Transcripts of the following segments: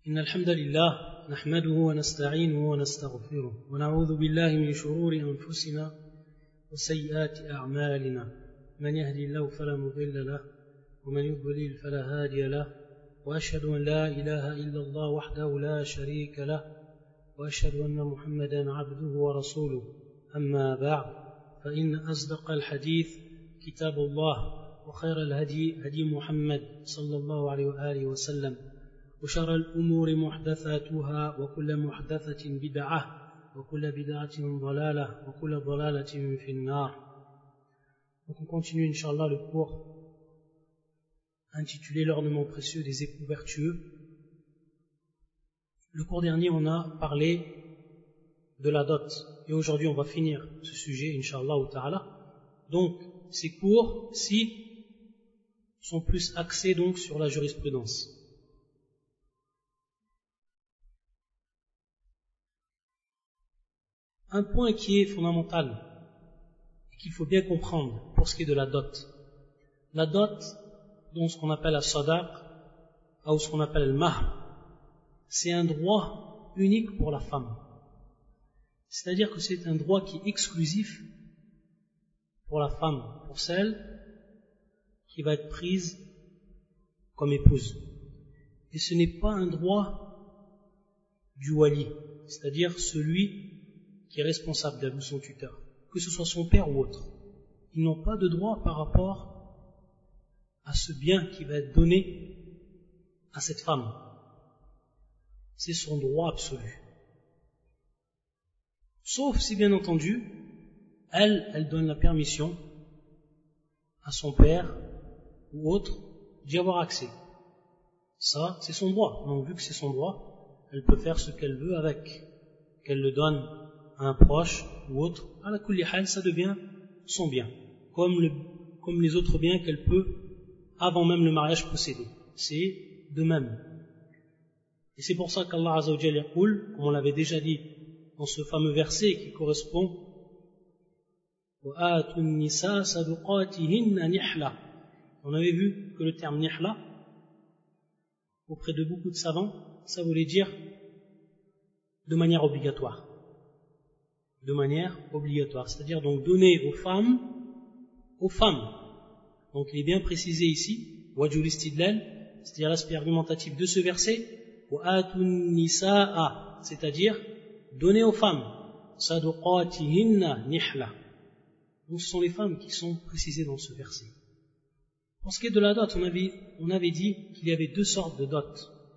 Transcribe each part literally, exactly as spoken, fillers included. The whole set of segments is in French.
إن الحمد لله نحمده ونستعينه ونستغفره ونعوذ بالله من شرور أنفسنا وسيئات أعمالنا من يهدي الله فلا مضل له ومن يضلل فلا هادي له وأشهد أن لا إله إلا الله وحده لا شريك له وأشهد أن محمدا عبده ورسوله أما بعد فإن أصدق الحديث كتاب الله وخير الهدي هدي محمد صلى الله عليه وآله وسلم وشر الأمور محدثاتها وكل محدثة بدعة وكل بدعة ضلالة وكل ضلالة في النار. Donc on continue Inch'Allah le cours intitulé l'ornement précieux des époux vertueux. Le cours dernier on a parlé de la dot et aujourd'hui on va finir ce sujet Inch'Allah ta'ala. Donc ces cours-ci sont plus axés donc sur la jurisprudence. Un point qui est fondamental et qu'il faut bien comprendre pour ce qui est de la dot. La dot, donc ce qu'on appelle la sadaq, ou ce qu'on appelle le mahr, c'est un droit unique pour la femme. C'est-à-dire que c'est un droit qui est exclusif pour la femme, pour celle qui va être prise comme épouse. Et ce n'est pas un droit du wali, c'est-à-dire celui qui est responsable d'elle ou son tuteur, que ce soit son père ou autre. Ils n'ont pas de droit par rapport à ce bien qui va être donné à cette femme. C'est son droit absolu. Sauf si, bien entendu, elle, elle donne la permission à son père ou autre d'y avoir accès. Ça, c'est son droit. Donc, vu que c'est son droit, elle peut faire ce qu'elle veut avec, qu'elle le donne à un proche ou autre. À la kulli hal, ça devient son bien, comme, le, comme les autres biens qu'elle peut, avant même le mariage, posséder. C'est de même. Et c'est pour ça qu'Allah Azza wa Jalla yaqul, comme on l'avait déjà dit dans ce fameux verset qui correspond وَآتُوا النِّسَاءَ صَدُقَاتِهِنَّ نِحْلَةً. On avait vu que le terme nihla, auprès de beaucoup de savants, ça voulait dire de manière obligatoire. De manière obligatoire, c'est-à-dire donc donner aux femmes, aux femmes. Donc il est bien précisé ici, wajhul istidlal, c'est-à-dire l'aspect argumentatif de ce verset, وَآتُوا النِّسَاءَ, c'est-à-dire donner aux femmes, صَدُقَاتِهِنَّ نِحْلَةً. Donc ce sont les femmes qui sont précisées dans ce verset. Pour ce qui est de la dot, on avait, on avait dit qu'il y avait deux sortes de dot.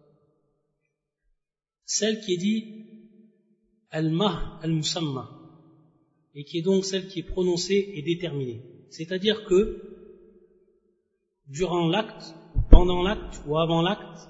Celle qui est dit al-mah al-musamma, et qui est donc celle qui est prononcée et déterminée. C'est-à-dire que durant l'acte, ou pendant l'acte, ou avant l'acte,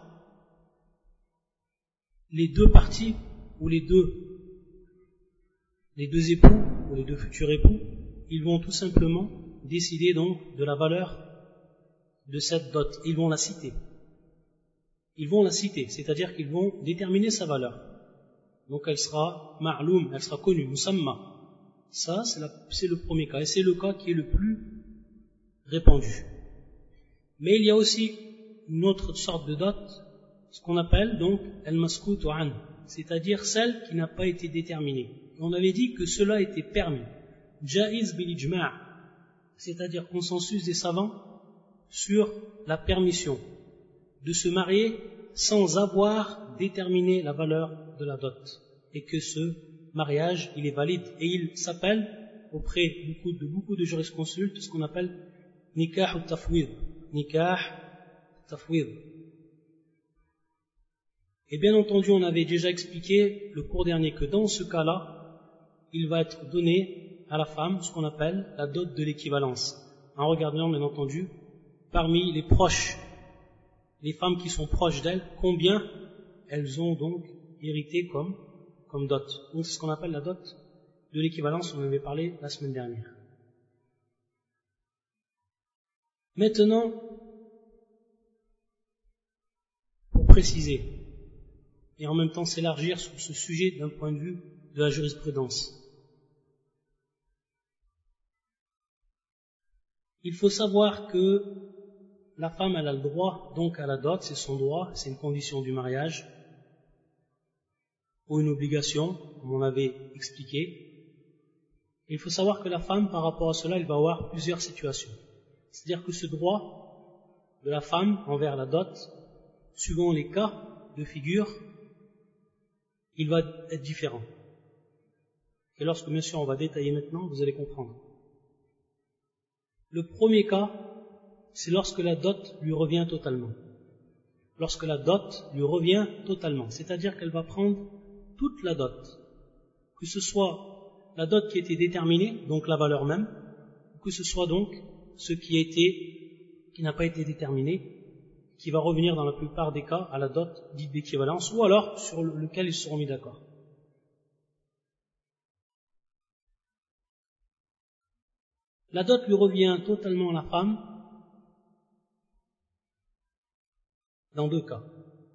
les deux parties, ou les deux, les deux époux, ou les deux futurs époux, ils vont tout simplement décider donc de la valeur de cette dot. Ils vont la citer. Ils vont la citer, c'est-à-dire qu'ils vont déterminer sa valeur. Donc elle sera ma'loum, elle sera connue, musamma. Ça, c'est, la, c'est le premier cas, et c'est le cas qui est le plus répandu. Mais il y a aussi une autre sorte de dot, ce qu'on appelle donc al-maskout an, c'est-à-dire celle qui n'a pas été déterminée. Et on avait dit que cela était permis. Jaiz bil ijma', c'est-à-dire consensus des savants sur la permission de se marier sans avoir déterminé la valeur de la dot, et que ce mariage il est valide et il s'appelle auprès de beaucoup de, beaucoup de jurisconsultes ce qu'on appelle nikah ou tafwid, nikah tafwid. Et bien entendu on avait déjà expliqué le cours dernier que dans ce cas-là il va être donné à la femme ce qu'on appelle la dot de l'équivalence, en regardant bien entendu parmi les proches, les femmes qui sont proches d'elle, combien elles ont donc hérité comme, comme dot. Donc c'est ce qu'on appelle la dot de l'équivalence, on en avait parlé la semaine dernière. Maintenant, pour préciser, et en même temps s'élargir sur ce sujet d'un point de vue de la jurisprudence, il faut savoir que la femme elle a le droit donc à la dot, c'est son droit, c'est une condition du mariage, ou une obligation, comme on avait expliqué. Et il faut savoir que la femme, par rapport à cela, elle va avoir plusieurs situations. C'est-à-dire que ce droit de la femme envers la dot, suivant les cas de figure, il va être différent. Et lorsque, bien sûr, on va détailler maintenant, vous allez comprendre. Le premier cas, c'est lorsque la dot lui revient totalement. Lorsque la dot lui revient totalement, c'est-à-dire qu'elle va prendre toute la dot, que ce soit la dot qui était déterminée, donc la valeur même, ou que ce soit donc ce qui a été, qui n'a pas été déterminé, qui va revenir dans la plupart des cas à la dot dite d'équivalence, ou alors sur lequel ils seront mis d'accord. La dot lui revient totalement à la femme dans deux cas.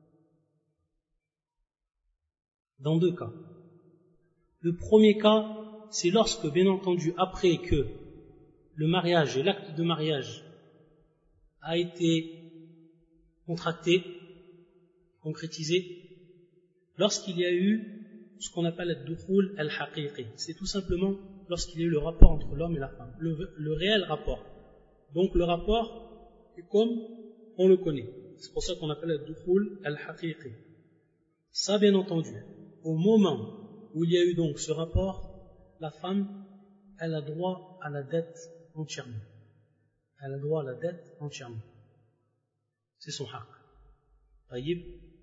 Dans deux cas. Le premier cas, c'est lorsque, bien entendu, après que le mariage et l'acte de mariage a été contracté, concrétisé, lorsqu'il y a eu ce qu'on appelle al-dukhul al-haqiqi. C'est tout simplement lorsqu'il y a eu le rapport entre l'homme et la femme, le, le réel rapport. Donc le rapport est comme on le connaît. C'est pour ça qu'on appelle al-dukhul al-haqiqi. Ça, bien entendu, au moment où il y a eu donc ce rapport, la femme, elle a droit à la dette entièrement. Elle a droit à la dette entièrement. C'est son haq. Taïb.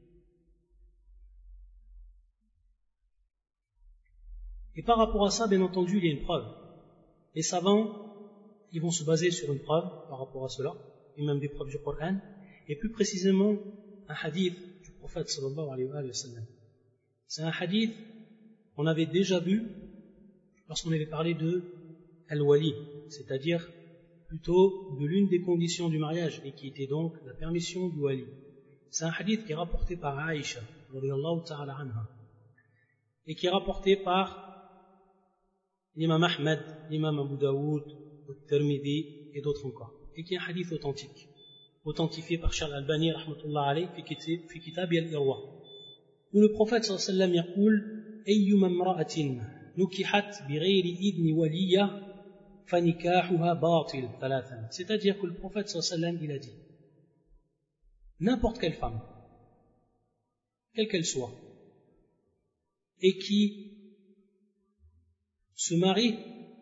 Et par rapport à ça, bien entendu, il y a une preuve. Les savants, ils vont se baser sur une preuve par rapport à cela, et même des preuves du Coran, et plus précisément un hadith du prophète sallallahu alayhi wa sallam. C'est un hadith qu'on avait déjà vu lorsqu'on avait parlé de al-wali, c'est-à-dire plutôt de l'une des conditions du mariage, et qui était donc la permission du wali. C'est un hadith qui est rapporté par Aïcha, radiyallahu ta'ala anha, et qui est rapporté par l'imam Ahmed, l'imam Abu Daoud, al-Tirmidhi et d'autres encore, et qui est un hadith authentique, authentifié par Charles Albani, rahmatullah alayhi, fi kitab al-Irwa, où le prophète sallallahu alayhi wa sallam yaqul ayyuma imra'atin nukihat bighayri idni waliya fanikahuha batil thalathan. C'est-à-dire que le prophète sallallahu alayhi wa sallam, il a dit, n'importe quelle femme, quelle qu'elle soit, et qui se marie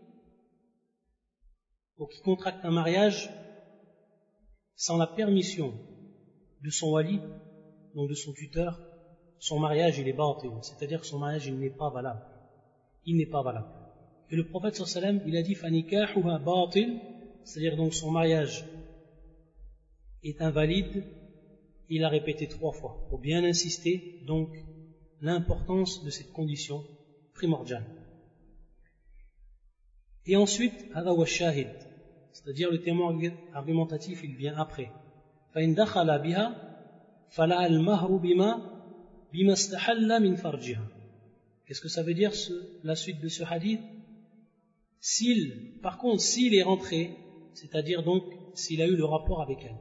ou qui contracte un mariage sans la permission de son wali, donc de son tuteur, son mariage il est batil, c'est-à-dire que son mariage il n'est pas valable. Il n'est pas valable. Et le prophète sallallahu alayhi wa sallam, il a dit fanikahuha batil, c'est-à-dire donc son mariage est invalide. Il a répété trois fois pour bien insister donc l'importance de cette condition primordiale. Et ensuite, hada wa shahid, c'est-à-dire le témoin argumentatif, il vient après. فَإِنْ دَخَلَ بِهَا فَلَهَا الْمَهْرُ بِمَا بِمَا اسْتَحَلَّ مِنْ فَرْجِهَا. Qu'est-ce que ça veut dire ce, la suite de ce hadith? S'il, par contre, s'il est rentré, c'est-à-dire donc s'il a eu le rapport avec elle,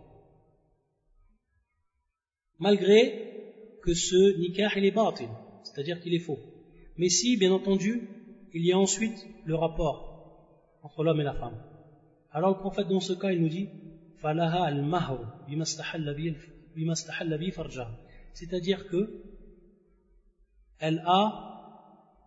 malgré que ce nikah il est batil, c'est-à-dire qu'il est faux, mais si, bien entendu, il y a ensuite le rapport entre l'homme et la femme, alors le prophète dans ce cas il nous dit falaha al-mahr bima istahalla bi farjaha, c'est-à-dire que elle a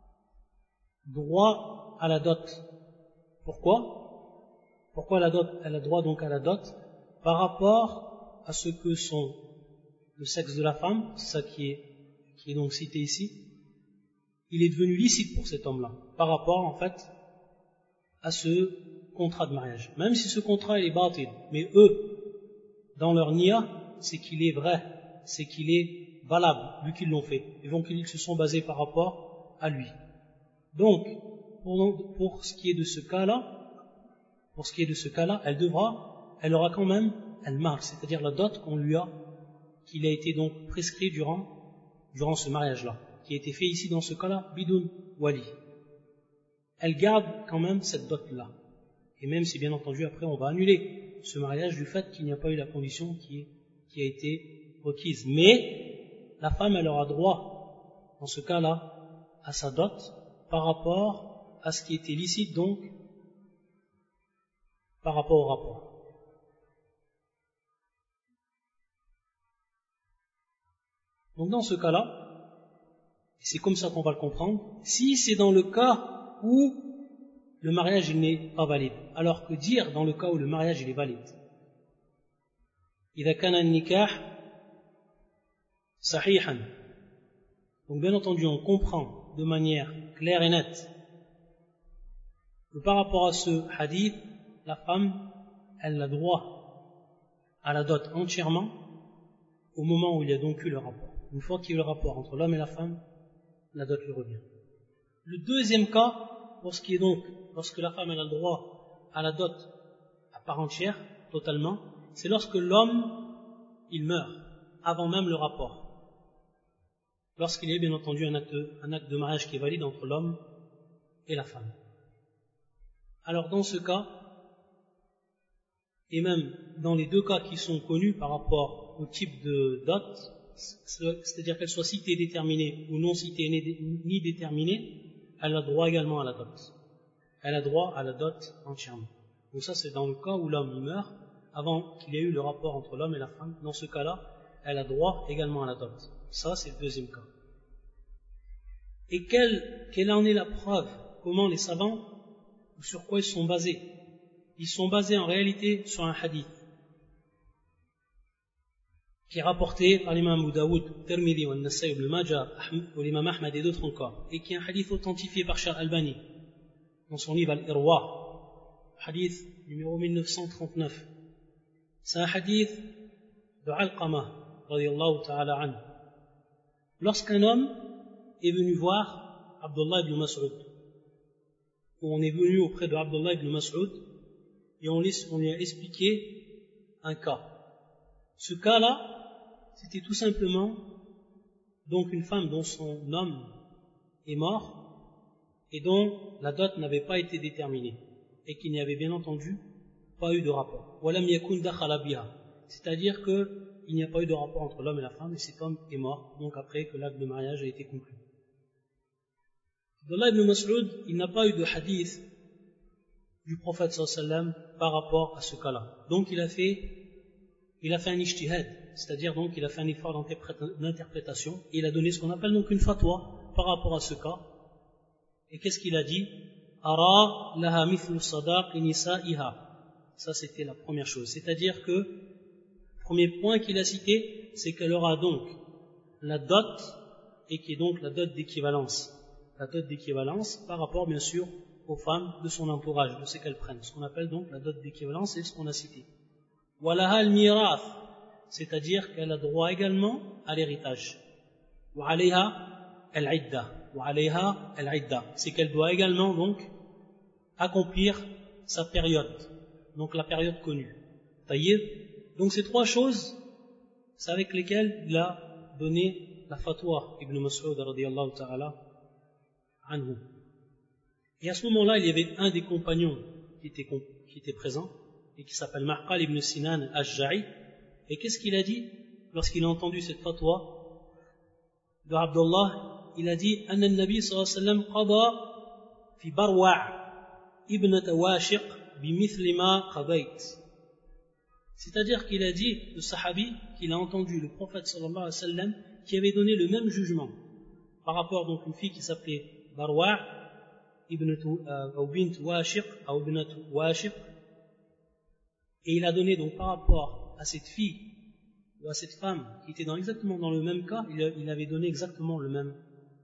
droit à la dot. Pourquoi? Pourquoi la dot? Elle a droit donc à la dot par rapport à ce que sont le sexe de la femme, c'est ça qui est, qui est donc cité ici, il est devenu licite pour cet homme-là, par rapport en fait à ce contrat de mariage. Même si ce contrat il est batil, mais eux, dans leur niya, c'est qu'il est vrai, c'est qu'il est valable, vu qu'ils l'ont fait, et donc ils se sont basés par rapport à lui. Donc, pour, pour ce qui est de ce cas-là, pour ce qui est de ce cas-là, elle devra, elle aura quand même al-mahr, c'est-à-dire la dot qu'on lui a, qu'il a été donc prescrit durant, durant ce mariage-là, qui a été fait ici dans ce cas-là, bidoun wali. Elle garde quand même cette dot-là. Et même si bien entendu après on va annuler ce mariage du fait qu'il n'y a pas eu la condition qui, est, qui a été requise. Mais la femme elle aura droit dans ce cas-là, à sa dot, par rapport à ce qui était licite, donc, par rapport au rapport. Donc dans ce cas-là, et c'est comme ça qu'on va le comprendre, si c'est dans le cas où le mariage il n'est pas valide, alors que dire dans le cas où le mariage il est valide, إذا كان النكاح صحيحا, donc bien entendu on comprend de manière claire et nette que par rapport à ce hadith, la femme elle a droit à la dot entièrement au moment où il y a donc eu le rapport. Une fois qu'il y a eu le rapport entre l'homme et la femme, la dot lui revient. Le deuxième cas, lorsqu'il est donc, lorsque la femme elle a le droit à la dot à part entière, totalement, c'est lorsque l'homme il meurt, avant même le rapport. Lorsqu'il y a bien entendu un acte, un acte de mariage qui est valide entre l'homme et la femme. Alors dans ce cas, et même dans les deux cas qui sont connus par rapport au type de dot, c'est-à-dire qu'elle soit citée déterminée ou non citée ni déterminée, elle a droit également à la dot. Elle a droit à la dot entièrement. Donc ça c'est dans le cas où l'homme meurt avant qu'il y ait eu le rapport entre l'homme et la femme. Dans ce cas-là, elle a droit également à la dot. Ça c'est le deuxième cas. Et quelle, quelle en est la preuve? Comment les savants, sur quoi ils sont basés? Ils sont basés en réalité sur un hadith qui est rapporté par l'imam Abu Daoud, Tirmidhi, An-Nasa'i, Ibn Majah, ou l'imam Ahmad et d'autres encore, et qui est un hadith authentifié par Cheikh Albani dans son livre Al-Irwa, hadith numéro mille neuf cent trente-neuf. C'est un hadith de Alqama, radiyallahu ta'ala anhu. Lorsqu'un homme est venu voir Abdullah ibn Mas'ud, où on est venu auprès de Abdullah ibn Mas'ud, et on lui a expliqué un cas. Ce cas-là, c'était tout simplement donc une femme dont son homme est mort et dont la dot n'avait pas été déterminée et qu'il n'y avait bien entendu pas eu de rapport. C'est-à-dire qu'il n'y a pas eu de rapport entre l'homme et la femme et cet homme est mort, donc après que l'acte de mariage a été conclu. Abdullah ibn Mas'ud, il n'a pas eu de hadith du prophète sallallahu alayhi wa sallam par rapport à ce cas-là. Donc il a fait il a fait un ijtihad, c'est-à-dire donc il a fait un effort d'interprétation et il a donné ce qu'on appelle donc une fatwa par rapport à ce cas. Et qu'est-ce qu'il a dit? Ara laha mithlu sadaq nisa'iha. Ça c'était la première chose, c'est-à-dire que le premier point qu'il a cité, c'est qu'elle aura donc la dot et qui est donc la dot d'équivalence. La dot d'équivalence par rapport bien sûr aux femmes de son entourage, de ce qu'elles prennent. Ce qu'on appelle donc la dot d'équivalence, c'est ce qu'on a cité. Walaha al-mirath, c'est-à-dire qu'elle a droit également à l'héritage. Wa alayha al-idda, wa alayha al-idda, c'est qu'elle doit également donc accomplir sa période, donc la période connue. Taïb. Donc ces trois choses, c'est avec lesquelles il a donné la fatwa Ibn Mas'ud radiyallahu ta'ala anhu. Et à ce moment-là, il y avait un des compagnons qui était, qui était présent et qui s'appelle Ma'qal ibn Sinan al-Ashja'i. Et qu'est-ce qu'il a dit lorsqu'il a entendu cette fatwa de Abdullah? Il a dit Anna al-Nabi sallallahu alayhi wa sallam qada fi Barwa' ibn Washiq bimithli ma qadayt. C'est-à-dire qu'il a dit, le sahabi, qu'il a entendu le prophète sallallahu alayhi wa sallam qui avait donné le même jugement par rapport donc à une fille qui s'appelait Barwa' ibn ou bint Washiq ou ibn Washiq. Et il a donné donc par rapport à cette fille ou à cette femme qui était dans, exactement dans le même cas, il, il avait donné exactement le même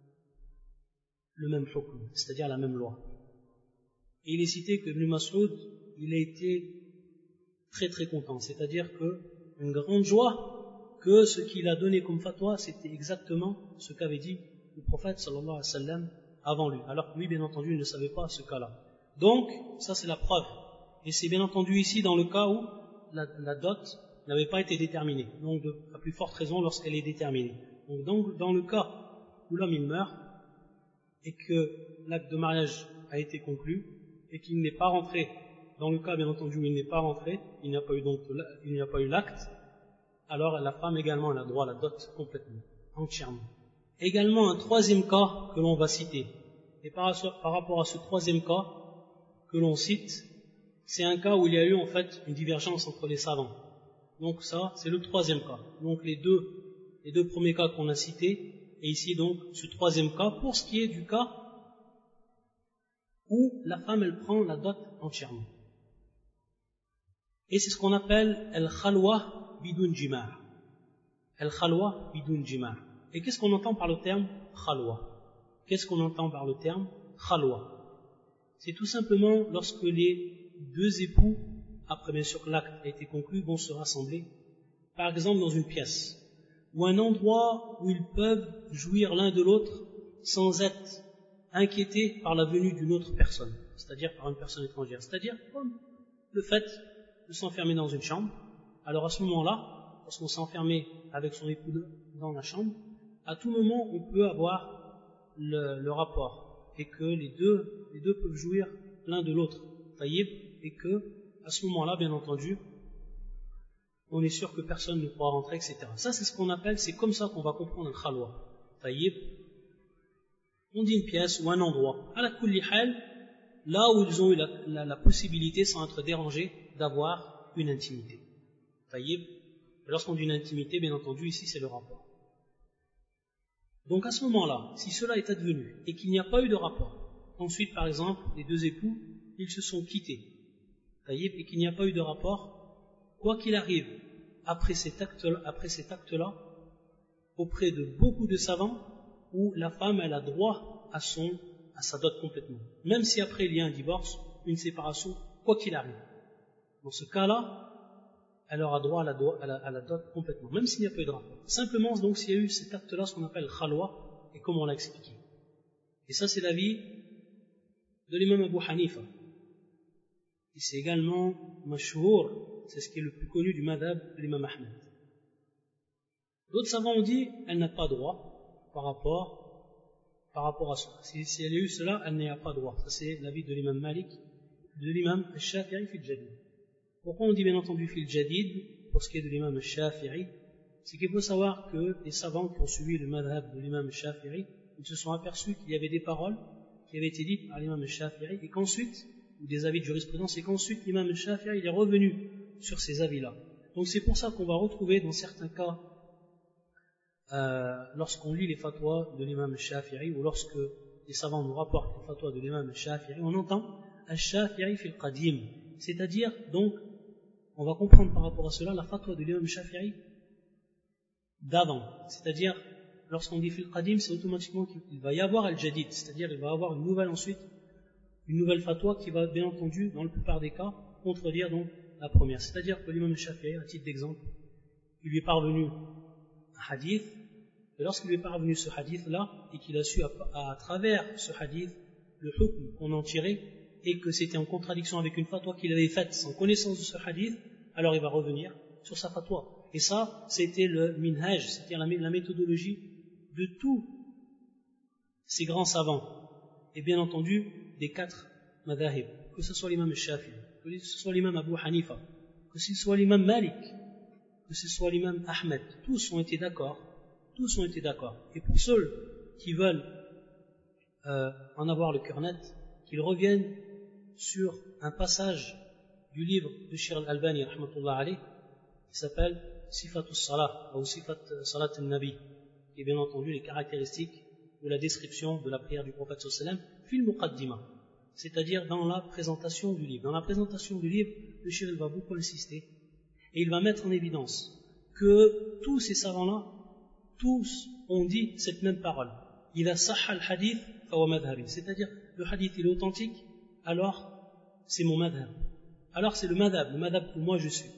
le même hukm, c'est-à-dire la même loi. Et il est cité que Ibn Mas'ud, il a été très très content, c'est-à-dire que une grande joie que ce qu'il a donné comme fatwa, c'était exactement ce qu'avait dit le prophète sallallahu alayhi wa sallam avant lui, alors que lui bien entendu il ne savait pas ce cas-là. Donc ça c'est la preuve. Et c'est bien entendu ici dans le cas où la, la dot n'avait pas été déterminée. Donc de la plus forte raison lorsqu'elle est déterminée. Donc dans, dans le cas où l'homme il meurt et que l'acte de mariage a été conclu et qu'il n'est pas rentré, dans le cas bien entendu où il n'est pas rentré, il n'y a pas eu donc il n'y a pas eu l'acte, alors la femme également elle a droit à la dot complètement, entièrement. également un troisième cas que l'on va citer. Et par, par rapport à ce troisième cas que l'on cite, c'est un cas où il y a eu en fait une divergence entre les savants. Donc ça, c'est le troisième cas. Donc les deux, les deux premiers cas qu'on a cités, et ici donc ce troisième cas, pour ce qui est du cas où la femme elle prend la dot entièrement. Et c'est ce qu'on appelle al-khalwa bidun jima'. Al-khalwa bidun jima'. Et qu'est-ce qu'on entend par le terme khalwa? Qu'est-ce qu'on entend par le terme khalwa? C'est tout simplement lorsque les deux époux, après bien sûr que l'acte a été conclu, vont se rassembler, par exemple dans une pièce, ou un endroit où ils peuvent jouir l'un de l'autre sans être inquiétés par la venue d'une autre personne, c'est-à-dire par une personne étrangère, c'est-à-dire comme le fait de s'enfermer dans une chambre. Alors à ce moment-là, lorsqu'on s'est enfermé avec son époux dans la chambre, à tout moment on peut avoir le, le rapport, et que les deux, les deux peuvent jouir l'un de l'autre, taïb, et que à ce moment-là, bien entendu, on est sûr que personne ne pourra rentrer, et cetera. Ça, c'est ce qu'on appelle, c'est comme ça qu'on va comprendre un khalwa. Taïb, on dit une pièce ou un endroit. À la kulli hal, là où ils ont eu la, la, la possibilité, sans être dérangés, d'avoir une intimité. Taïb, lorsqu'on dit une intimité, bien entendu, ici c'est le rapport. Donc à ce moment-là, si cela est advenu et qu'il n'y a pas eu de rapport, ensuite par exemple, les deux époux, ils se sont quittés, taïb, et qu'il n'y a pas eu de rapport, quoi qu'il arrive, après cet acte-là, après cet acte-là, auprès de beaucoup de savants, où la femme elle a droit à son, à sa dot complètement. Même si après il y a un divorce, une séparation, quoi qu'il arrive. Dans ce cas-là, elle aura droit à la, à, la, à la dot complètement, même s'il n'y a pas eu de rapport. Simplement, donc, s'il y a eu cet acte-là, ce qu'on appelle khalwa, et comme on l'a expliqué. Et ça, c'est l'avis de l'imam Abu Hanifa. Et c'est également mashhour, c'est ce qui est le plus connu du madhab de l'imam Ahmed. D'autres savants ont dit, elle n'a pas droit par rapport, par rapport à cela. Si, si elle a eu cela, elle n'a pas droit. Ça, c'est l'avis de l'imam Malik, de l'imam Shafi'i fil Jadid. Pourquoi on dit bien entendu fil Jadid, pour ce qui est de l'imam Shafi'i? C'est qu'il faut savoir que les savants qui ont suivi le madhab de l'imam Shafi'i, ils se sont aperçus qu'il y avait des paroles qui avaient été dites par l'imam Shafi'i, et qu'ensuite, ou des avis de jurisprudence, et qu'ensuite l'imam Shafi'i il est revenu sur ces avis-là. Donc c'est pour ça qu'on va retrouver dans certains cas, euh, lorsqu'on lit les fatwas de l'imam Shafi'i, ou lorsque les savants nous rapportent les fatwas de l'imam Shafi'i, on entend al-Shafi'i fil qadim, c'est-à-dire donc on va comprendre par rapport à cela la fatwa de l'imam Shafi'i d'avant, c'est-à-dire lorsqu'on dit fil qadim, c'est automatiquement qu'il va y avoir al-jadid, c'est-à-dire il va y avoir une nouvelle ensuite, une nouvelle fatwa qui va bien entendu, dans la plupart des cas, contredire donc la première. C'est-à-dire que l'imam Shafi'i, à titre d'exemple, il lui est parvenu un hadith, et lorsqu'il lui est parvenu ce hadith-là, et qu'il a su à, à, à travers ce hadith le hukm qu'on en tirait, et que c'était en contradiction avec une fatwa qu'il avait faite sans connaissance de ce hadith, alors il va revenir sur sa fatwa. Et ça, c'était le minhaj, c'est-à-dire la, la méthodologie de tous ces grands savants, et bien entendu des quatre madhahib, que ce soit l'imam Shafi'i, que ce soit l'imam Abu Hanifa, que ce soit l'imam Malik, que ce soit l'imam Ahmed, tous ont été d'accord, tous ont été d'accord. Et pour ceux qui veulent euh, en avoir le cœur net, qu'ils reviennent sur un passage du livre de Shir al-Albani, rahmatullah alayh, qui s'appelle Sifatus Salah, ou Sifat Salat al-Nabi, qui est bien entendu les caractéristiques de la description de la prière du prophète sallallahu alayhi wa sallam, fil muqaddima, c'est-à-dire dans la présentation du livre. Dans la présentation du livre, le Shir va beaucoup insister, et il va mettre en évidence que tous ces savants-là, tous ont dit cette même parole. Il a sahha al-hadith, fawa madhabi, c'est-à-dire le hadith il est authentique, alors c'est mon madhab. Alors c'est le madhab, le madhab que moi je suis.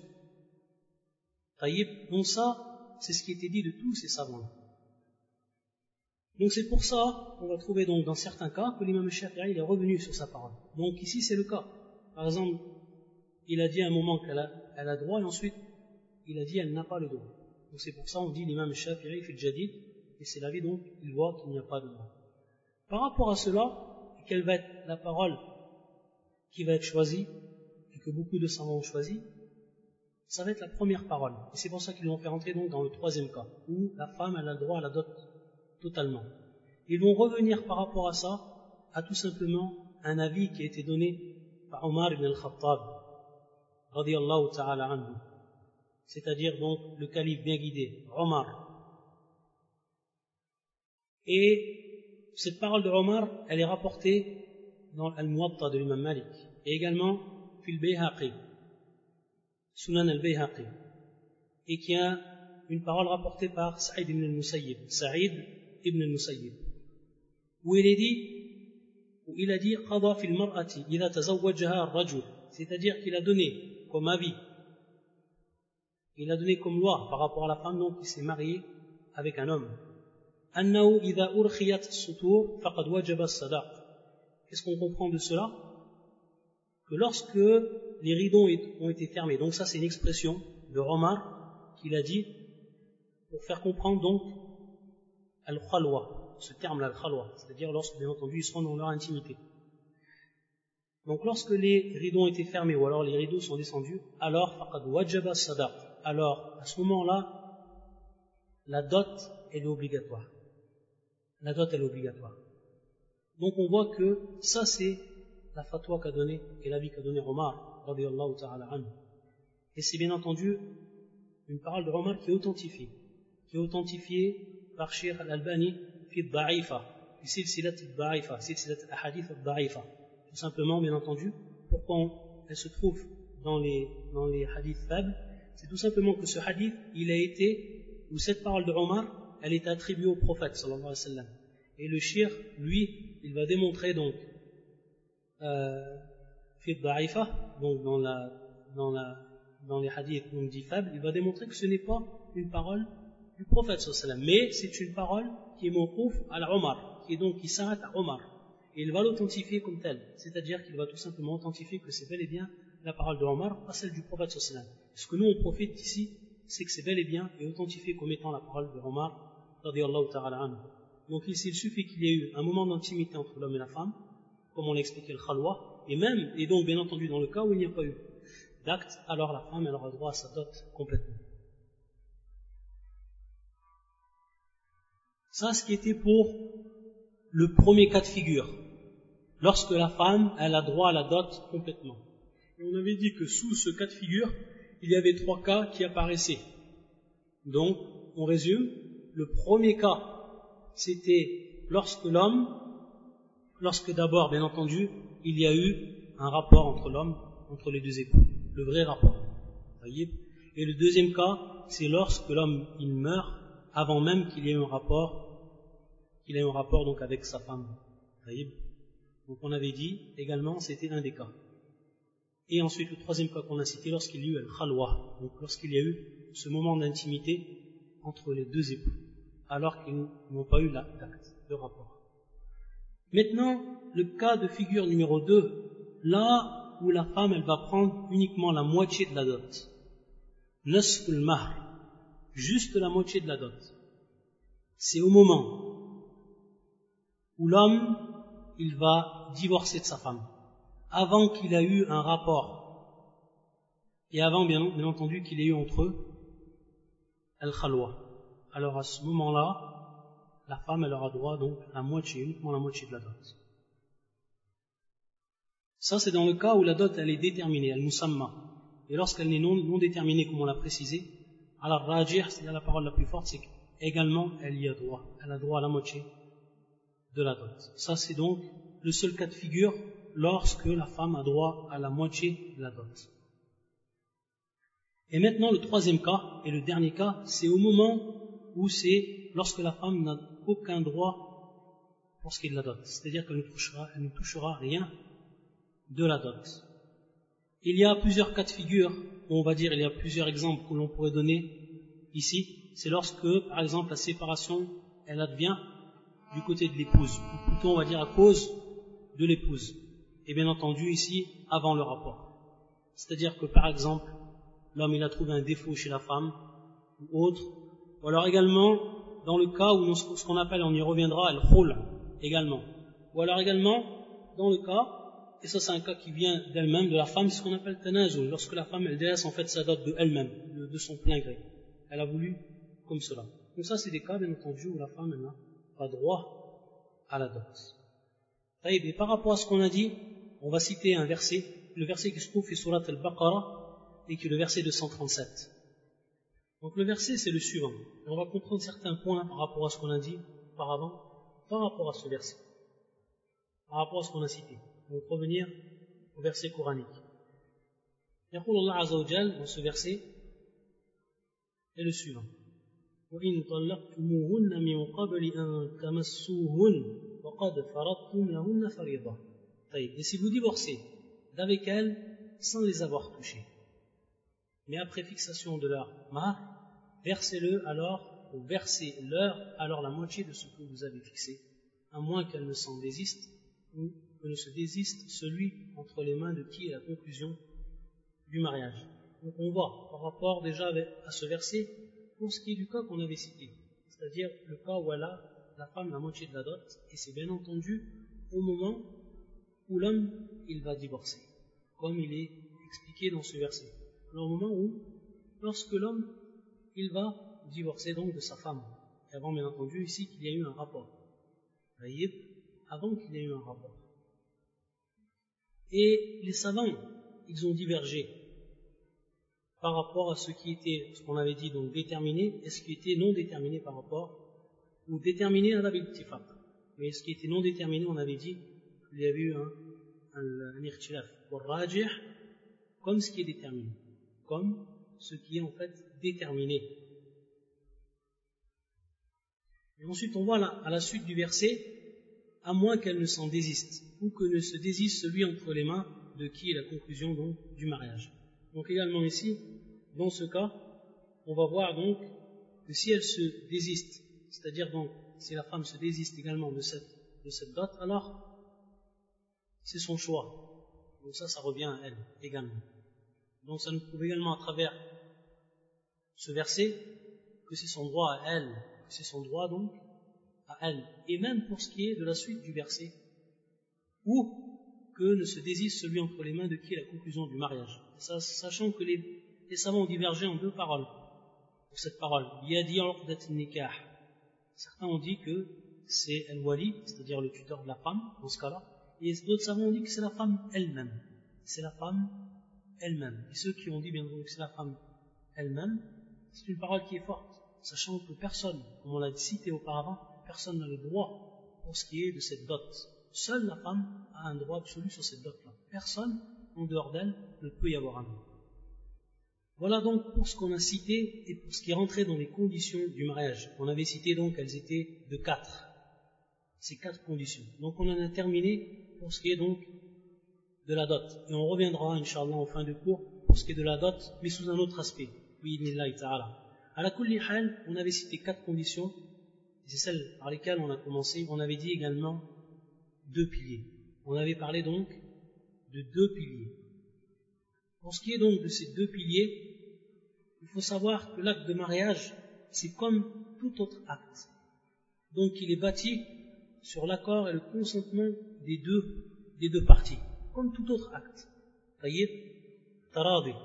Taïb, donc ça, c'est ce qui était dit de tous ces savants-là. Donc c'est pour ça qu'on va trouver donc dans certains cas que l'imam Shafi'i il est revenu sur sa parole. Donc ici c'est le cas. Par exemple, il a dit à un moment qu'elle a, elle a droit et ensuite il a dit elle n'a pas le droit. Donc c'est pour ça qu'on dit l'imam Shafi'i fait le jadid et c'est l'avis donc il voit qu'il n'y a pas de droit. Par rapport à cela, quelle va être la parole qui va être choisie et que beaucoup de savants ont choisi, ça va être la première parole. Et c'est pour ça qu'ils l'ont fait rentrer donc dans le troisième cas, où la femme elle a le droit à la dot totalement. Ils vont revenir par rapport à ça, à tout simplement un avis qui a été donné par Omar ibn al-Khattab, radiyallahu ta'ala anhu, c'est-à-dire donc le calife bien guidé, Omar. Et cette parole de Omar, elle est rapportée dans Al-Muwatta de l'imam Malik, et également fil Bayhaqi, Sunan al-Bayhaqi, et qui a une parole rapportée par Saïd ibn al-Musayyib, Saïd ibn al-Musayyib, où il est dit, où il a dit qada fil mar'ati idha tazawwajaha ar-rajul, c'est-à-dire qu'il a donné comme avis, il a donné comme loi par rapport à la femme donc qui s'est mariée avec un homme, annahu idha urkhiyat as-sutur faqad wajaba as-sadaq. Qu'est-ce qu'on comprend de cela? Que lorsque les rideaux ont été fermés, donc ça c'est une expression de Omar qu'il a dit pour faire comprendre donc al-khalwa, ce terme-là, al-khalwa, c'est-à-dire lorsque bien entendu ils seront dans leur intimité. Donc lorsque les rideaux ont été fermés ou alors les rideaux sont descendus, alors faqad wajaba as-sadaq, alors à ce moment-là la dot elle est obligatoire. La dot elle est obligatoire. Donc on voit que ça c'est la fatwa qu'a donné et l'avis qu'a donné Omar radiyallahu ta'ala anhu. Et c'est bien entendu une parole de Omar qui est authentifiée, qui est authentifiée par Cheikh Al-Albani fi ad-da'ifa, fi silsilat ad-da'ifa, silsilat al-ahadith ad-da'ifa. Tout simplement, bien entendu, pourquoi elle se trouve dans les, dans les hadiths faibles, c'est tout simplement que ce hadith, il a été, ou cette parole de Omar, elle est attribuée au prophète sallallahu alayhi wa sallam. Et le shir, lui, il va démontrer donc euh, fi ad-da'ifa, donc dans la dans la dans les hadiths qu'on dit faibles, il va démontrer que ce n'est pas une parole du prophète sallallahu alayhi wa sallam, mais c'est une parole qui est mawqouf à Omar, qui est donc qui s'arrête à Omar. Et il va l'authentifier comme tel, c'est-à-dire qu'il va tout simplement authentifier que c'est bel et bien la parole de Omar, pas celle du prophète sallallahu alayhi wa sallam. Ce que nous on profite ici, c'est que c'est bel et bien et authentifié comme étant la parole de Omar radiyallahu ta'ala anhu. Donc ici il suffit qu'il y ait eu un moment d'intimité entre l'homme et la femme, comme on l'a expliqué le khalwa, et même, et donc bien entendu dans le cas où il n'y a pas eu d'acte, alors la femme elle aura droit à sa dot complètement. Ça, ce qui était pour le premier cas de figure, lorsque la femme elle a droit à la dot complètement. Et on avait dit que sous ce cas de figure, il y avait trois cas qui apparaissaient. Donc, on résume, le premier cas, c'était lorsque l'homme, lorsque d'abord, bien entendu, il y a eu un rapport entre l'homme, entre les deux époux, le vrai rapport. Voyez. Et le deuxième cas, c'est lorsque l'homme il meurt avant même qu'il y ait un rapport, qu'il ait un rapport donc avec sa femme. Voyez. Donc on avait dit également, c'était un des cas. Et ensuite le troisième cas qu'on a cité, lorsqu'il y a eu al-khalwa, donc lorsqu'il y a eu ce moment d'intimité entre les deux époux, alors qu'ils n'ont pas eu l'acte de rapport. Maintenant, le cas de figure numéro deux, là où la femme elle va prendre uniquement la moitié de la dot, nasful mahr, juste la moitié de la dot. C'est au moment où l'homme il va divorcer de sa femme, avant qu'il ait eu un rapport, et avant bien, bien entendu qu'il ait eu entre eux al-khalwa. Alors à ce moment-là, la femme elle aura droit donc à la moitié, uniquement la moitié de la dot. Ça c'est dans le cas où la dot elle est déterminée, elle musamma. Et lorsqu'elle est non, non déterminée comme on l'a précisé, alors rajih, c'est la parole la plus forte, c'est qu'également elle y a droit, elle a droit à la moitié de la dot. Ça c'est donc le seul cas de figure lorsque la femme a droit à la moitié de la dot. Et maintenant le troisième cas et le dernier cas, c'est au moment où c'est lorsque la femme n'a aucun droit pour ce qui est de la dot, c'est-à-dire qu'elle ne touchera, elle ne touchera rien de la dot. Il y a plusieurs cas de figure, on va dire, il y a plusieurs exemples que l'on pourrait donner ici. C'est lorsque, par exemple, la séparation, elle advient du côté de l'épouse, ou plutôt on va dire à cause de l'épouse. Et bien entendu ici, avant le rapport. C'est-à-dire que par exemple, l'homme il a trouvé un défaut chez la femme, ou autre, ou alors également, dans le cas où ce qu'on appelle, on y reviendra, el khul également. Ou alors également, dans le cas, et ça c'est un cas qui vient d'elle-même, de la femme, c'est ce qu'on appelle tanazul, lorsque la femme elle délaisse en fait sa dot de elle-même, de, de son plein gré. Elle a voulu comme cela. Donc ça c'est des cas bien entendu où la femme elle n'a pas droit à la dot. Et par rapport à ce qu'on a dit, on va citer un verset, le verset qui se trouve sur Surat al-Baqarah et qui est le verset deux cent trente-sept. Donc le verset c'est le suivant. Et on va comprendre certains points par rapport à ce qu'on a dit auparavant, par rapport à ce verset, par rapport à ce qu'on a cité. On va revenir au verset coranique. يقول الله عز وجل dans ce verset est le suivant. وإن طلقتموهن من قبل أن تمسوهن وقد فرضتم لهن فريضة. Et si vous divorcez d'avec elles sans les avoir touchées, mais après fixation de leur mar, versez-le alors, ou versez-leur alors la moitié de ce que vous avez fixé, à moins qu'elles ne s'en désistent, ou que ne se désiste celui entre les mains de qui est la conclusion du mariage. Donc on voit par rapport déjà à ce verset, pour ce qui est du cas qu'on avait cité, c'est-à-dire le cas où elle a la femme la moitié de la dot, et c'est bien entendu au moment où l'homme il va divorcer, comme il est expliqué dans ce verset. Alors, au moment où, lorsque l'homme il va divorcer donc de sa femme, et avant bien entendu ici qu'il y a eu un rapport, vous voyez, avant qu'il y ait eu un rapport. Et les savants ils ont divergé par rapport à ce qui était, ce qu'on avait dit donc déterminé, et ce qui était non déterminé par rapport, ou déterminé à la biltifaq. Mais ce qui était non déterminé, on avait dit qu'il y avait eu un, un, un irtilaf, pour rajih, comme ce qui est déterminé, comme ce qui est en fait déterminé. Et ensuite on voit là, à la suite du verset, à moins qu'elle ne s'en désiste, ou que ne se désiste celui entre les mains de qui est la conclusion donc du mariage. Donc également ici, dans ce cas, on va voir donc que si elle se désiste, c'est-à-dire donc si la femme se désiste également de cette, de cette dot, alors c'est son choix. Donc ça, ça revient à elle également. Donc ça nous prouve également à travers ce verset que c'est son droit à elle, que c'est son droit donc à elle. Et même pour ce qui est de la suite du verset, ou que ne se désiste celui entre les mains de qui est la conclusion du mariage. Ça, sachant que les, les savants ont divergé en deux paroles pour cette parole. Yadi uqdat nikah. Certains ont dit que c'est al-wali, c'est-à-dire le tuteur de la femme, dans ce cas-là, et d'autres savants ont dit que c'est la femme elle-même. C'est la femme elle-même. Et ceux qui ont dit bien entendu que c'est la femme elle-même, c'est une parole qui est forte, sachant que personne, comme on l'a cité auparavant, personne n'a le droit pour ce qui est de cette dot. Seule la femme a un droit absolu sur cette dot-là. Personne, en dehors d'elle, ne peut y avoir un droit. Voilà donc pour ce qu'on a cité et pour ce qui est rentré dans les conditions du mariage. On avait cité donc qu'elles étaient de quatre. Ces quatre conditions. Donc on en a terminé pour ce qui est donc de la dot. Et on reviendra, Inch'Allah, en fin de cours, pour ce qui est de la dot, mais sous un autre aspect. Bi'idhnillahi ta'ala. À la kulli hal, on avait cité quatre conditions. C'est celles par lesquelles on a commencé. On avait dit également deux piliers. On avait parlé donc de deux piliers. Pour ce qui est donc de ces deux piliers, il faut savoir que l'acte de mariage, c'est comme tout autre acte. Donc il est bâti sur l'accord et le consentement des deux, des deux parties, comme tout autre acte. Tayyib, taradi.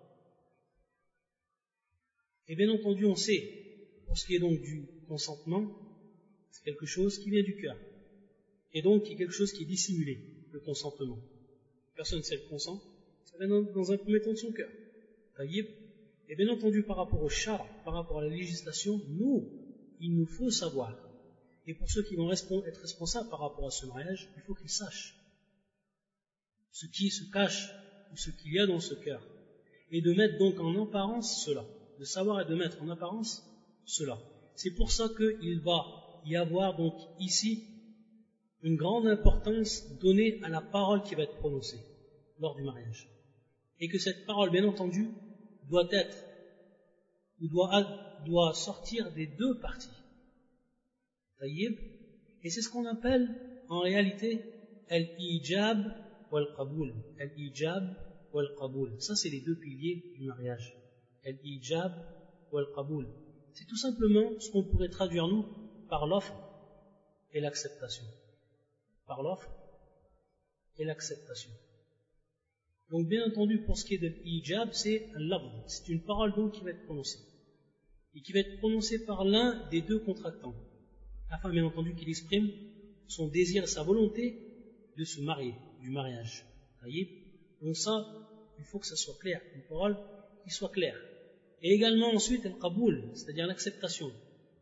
Et bien entendu, on sait, pour ce qui est donc du consentement, c'est quelque chose qui vient du cœur. Et donc, il y a quelque chose qui est dissimulé, le consentement. Personne ne sait le consent, ça vient dans, dans un premier temps de son cœur. Et bien entendu, par rapport au char, par rapport à la législation, nous, il nous faut savoir. Et pour ceux qui vont être responsables par rapport à ce mariage, il faut qu'ils sachent ce qui se cache ou ce qu'il y a dans ce cœur. Et de mettre donc en apparence cela. De savoir et de mettre en apparence cela. C'est pour ça qu'il va y avoir donc ici une grande importance donnée à la parole qui va être prononcée lors du mariage. Et que cette parole, bien entendu, doit être, ou doit, doit sortir des deux parties. Taïb. Et c'est ce qu'on appelle, en réalité, al-ijab wal-qaboul. Al-ijab wal-qaboul. Ça, c'est les deux piliers du mariage. Al-ijab wal-qaboul. C'est tout simplement ce qu'on pourrait traduire, nous, par l'offre et l'acceptation. Par l'offre et l'acceptation. Donc bien entendu, pour ce qui est de l'ijab, c'est l'abd, c'est une parole donc qui va être prononcée. Et qui va être prononcée par l'un des deux contractants. afin bien entendu qu'il exprime son désir, sa volonté de se marier, du mariage. Donc ça, il faut que ça soit clair, une parole qui soit claire. Et également ensuite, al-qaboul, c'est-à-dire l'acceptation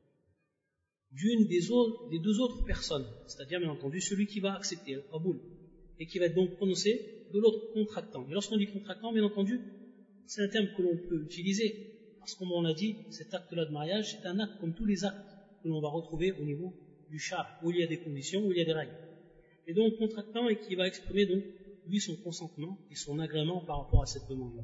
d'une des, autres, des deux autres personnes, c'est-à-dire bien entendu celui qui va accepter al-qaboul, et qui va être donc prononcé de l'autre contractant. Et lorsqu'on dit contractant, bien entendu, c'est un terme que l'on peut utiliser, parce que comme on l'a dit, cet acte-là de mariage, c'est un acte comme tous les actes que l'on va retrouver au niveau du char, où il y a des conditions, où il y a des règles. Et donc contractant, et qui va exprimer donc lui son consentement et son agrément par rapport à cette demande-là.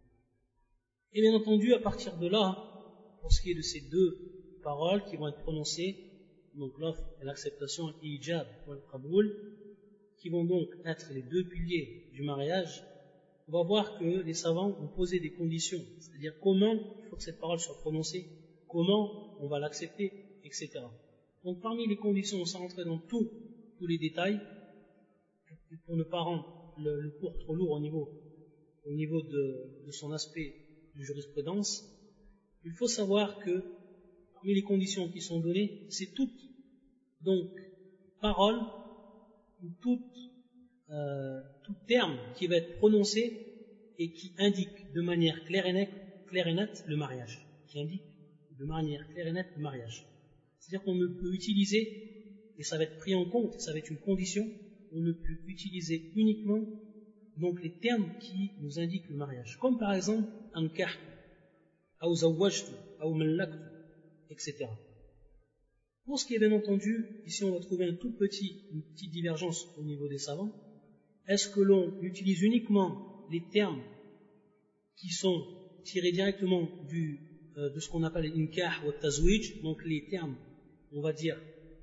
Et bien entendu, à partir de là, pour ce qui est de ces deux paroles qui vont être prononcées, donc l'offre et l'acceptation, l'ijab ou le qaboul, qui vont donc être les deux piliers du mariage, on va voir que les savants ont posé des conditions, c'est-à-dire comment il faut que cette parole soit prononcée, comment on va l'accepter, et cetera. Donc parmi les conditions, sans rentrer dans tout, tous les détails, pour ne pas rendre le, le cours trop lourd au niveau, au niveau de, de son aspect de jurisprudence, il faut savoir que parmi les conditions qui sont données, c'est toute donc parole ou toute, euh, tout terme qui va être prononcé et qui indique de manière claire et nette, claire et nette le mariage, qui indique de manière claire et nette le mariage. C'est-à-dire qu'on ne peut utiliser, et ça va être pris en compte, ça va être une condition, on ne peut utiliser uniquement donc les termes qui nous indiquent le mariage, comme par exemple ankah, ou zawwajtu, ou mallaktu, et cetera. Pour ce qui est bien entendu, ici on va trouver un tout petit, une petite divergence au niveau des savants. Est-ce que l'on utilise uniquement les termes qui sont tirés directement du, euh, de ce qu'on appelle l'inkah ou tazwij, donc les termes, on va dire,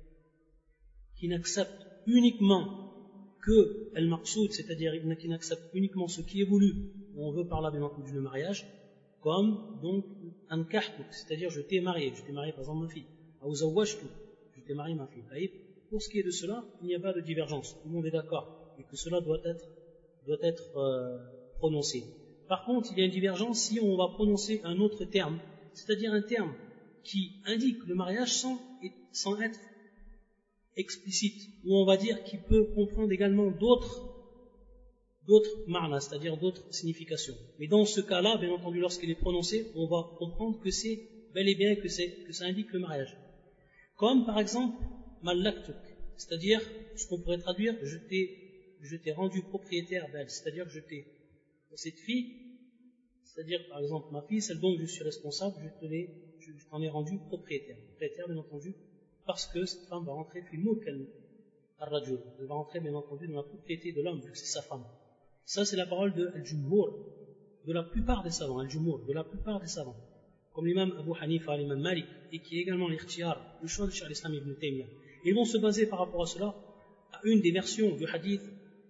qui n'acceptent uniquement que al-maqsoud, c'est-à-dire qui n'acceptent uniquement ce qui est voulu, on veut par là bien entendu le mariage, comme donc ankahtuk, c'est-à-dire je t'ai marié, je t'ai marié par exemple ma fille, ou zawwajtu, je t'ai marié ma fille. Pour ce qui est de cela, il n'y a pas de divergence, tout le monde est d'accord, et que cela doit être, doit être euh, prononcé. Par contre, il y a une divergence si on va prononcer un autre terme, c'est-à-dire un terme qui indique le mariage sans, sans être explicite, ou on va dire qui peut comprendre également d'autres d'autres marnas, c'est-à-dire d'autres significations. Mais dans ce cas-là, bien entendu, lorsqu'il est prononcé, on va comprendre que c'est bel et bien que, c'est, que ça indique le mariage. Comme par exemple mallaktuk, c'est-à-dire ce qu'on pourrait traduire je t'ai, je t'ai rendu propriétaire d'elle, c'est-à-dire je t'ai, pour cette fille, c'est-à-dire par exemple ma fille, celle dont je suis responsable, je te l'ai, je t'en ai rendu propriétaire. Propriétaire, bien entendu, parce que cette femme va rentrer fi mulk al-rajul, elle va rentrer bien entendu dans la propriété de l'homme, vu que c'est sa femme. Ça c'est la parole de al-jumhur, de la plupart des savants, al-jumhur, de la plupart des savants, comme l'imam Abu Hanifa, l'imam Malik, et qui est également l'irtiyar, le choix de Cheikh al-Islam ibn Taymiyyah. Ils vont se baser par rapport à cela à une des versions du hadith,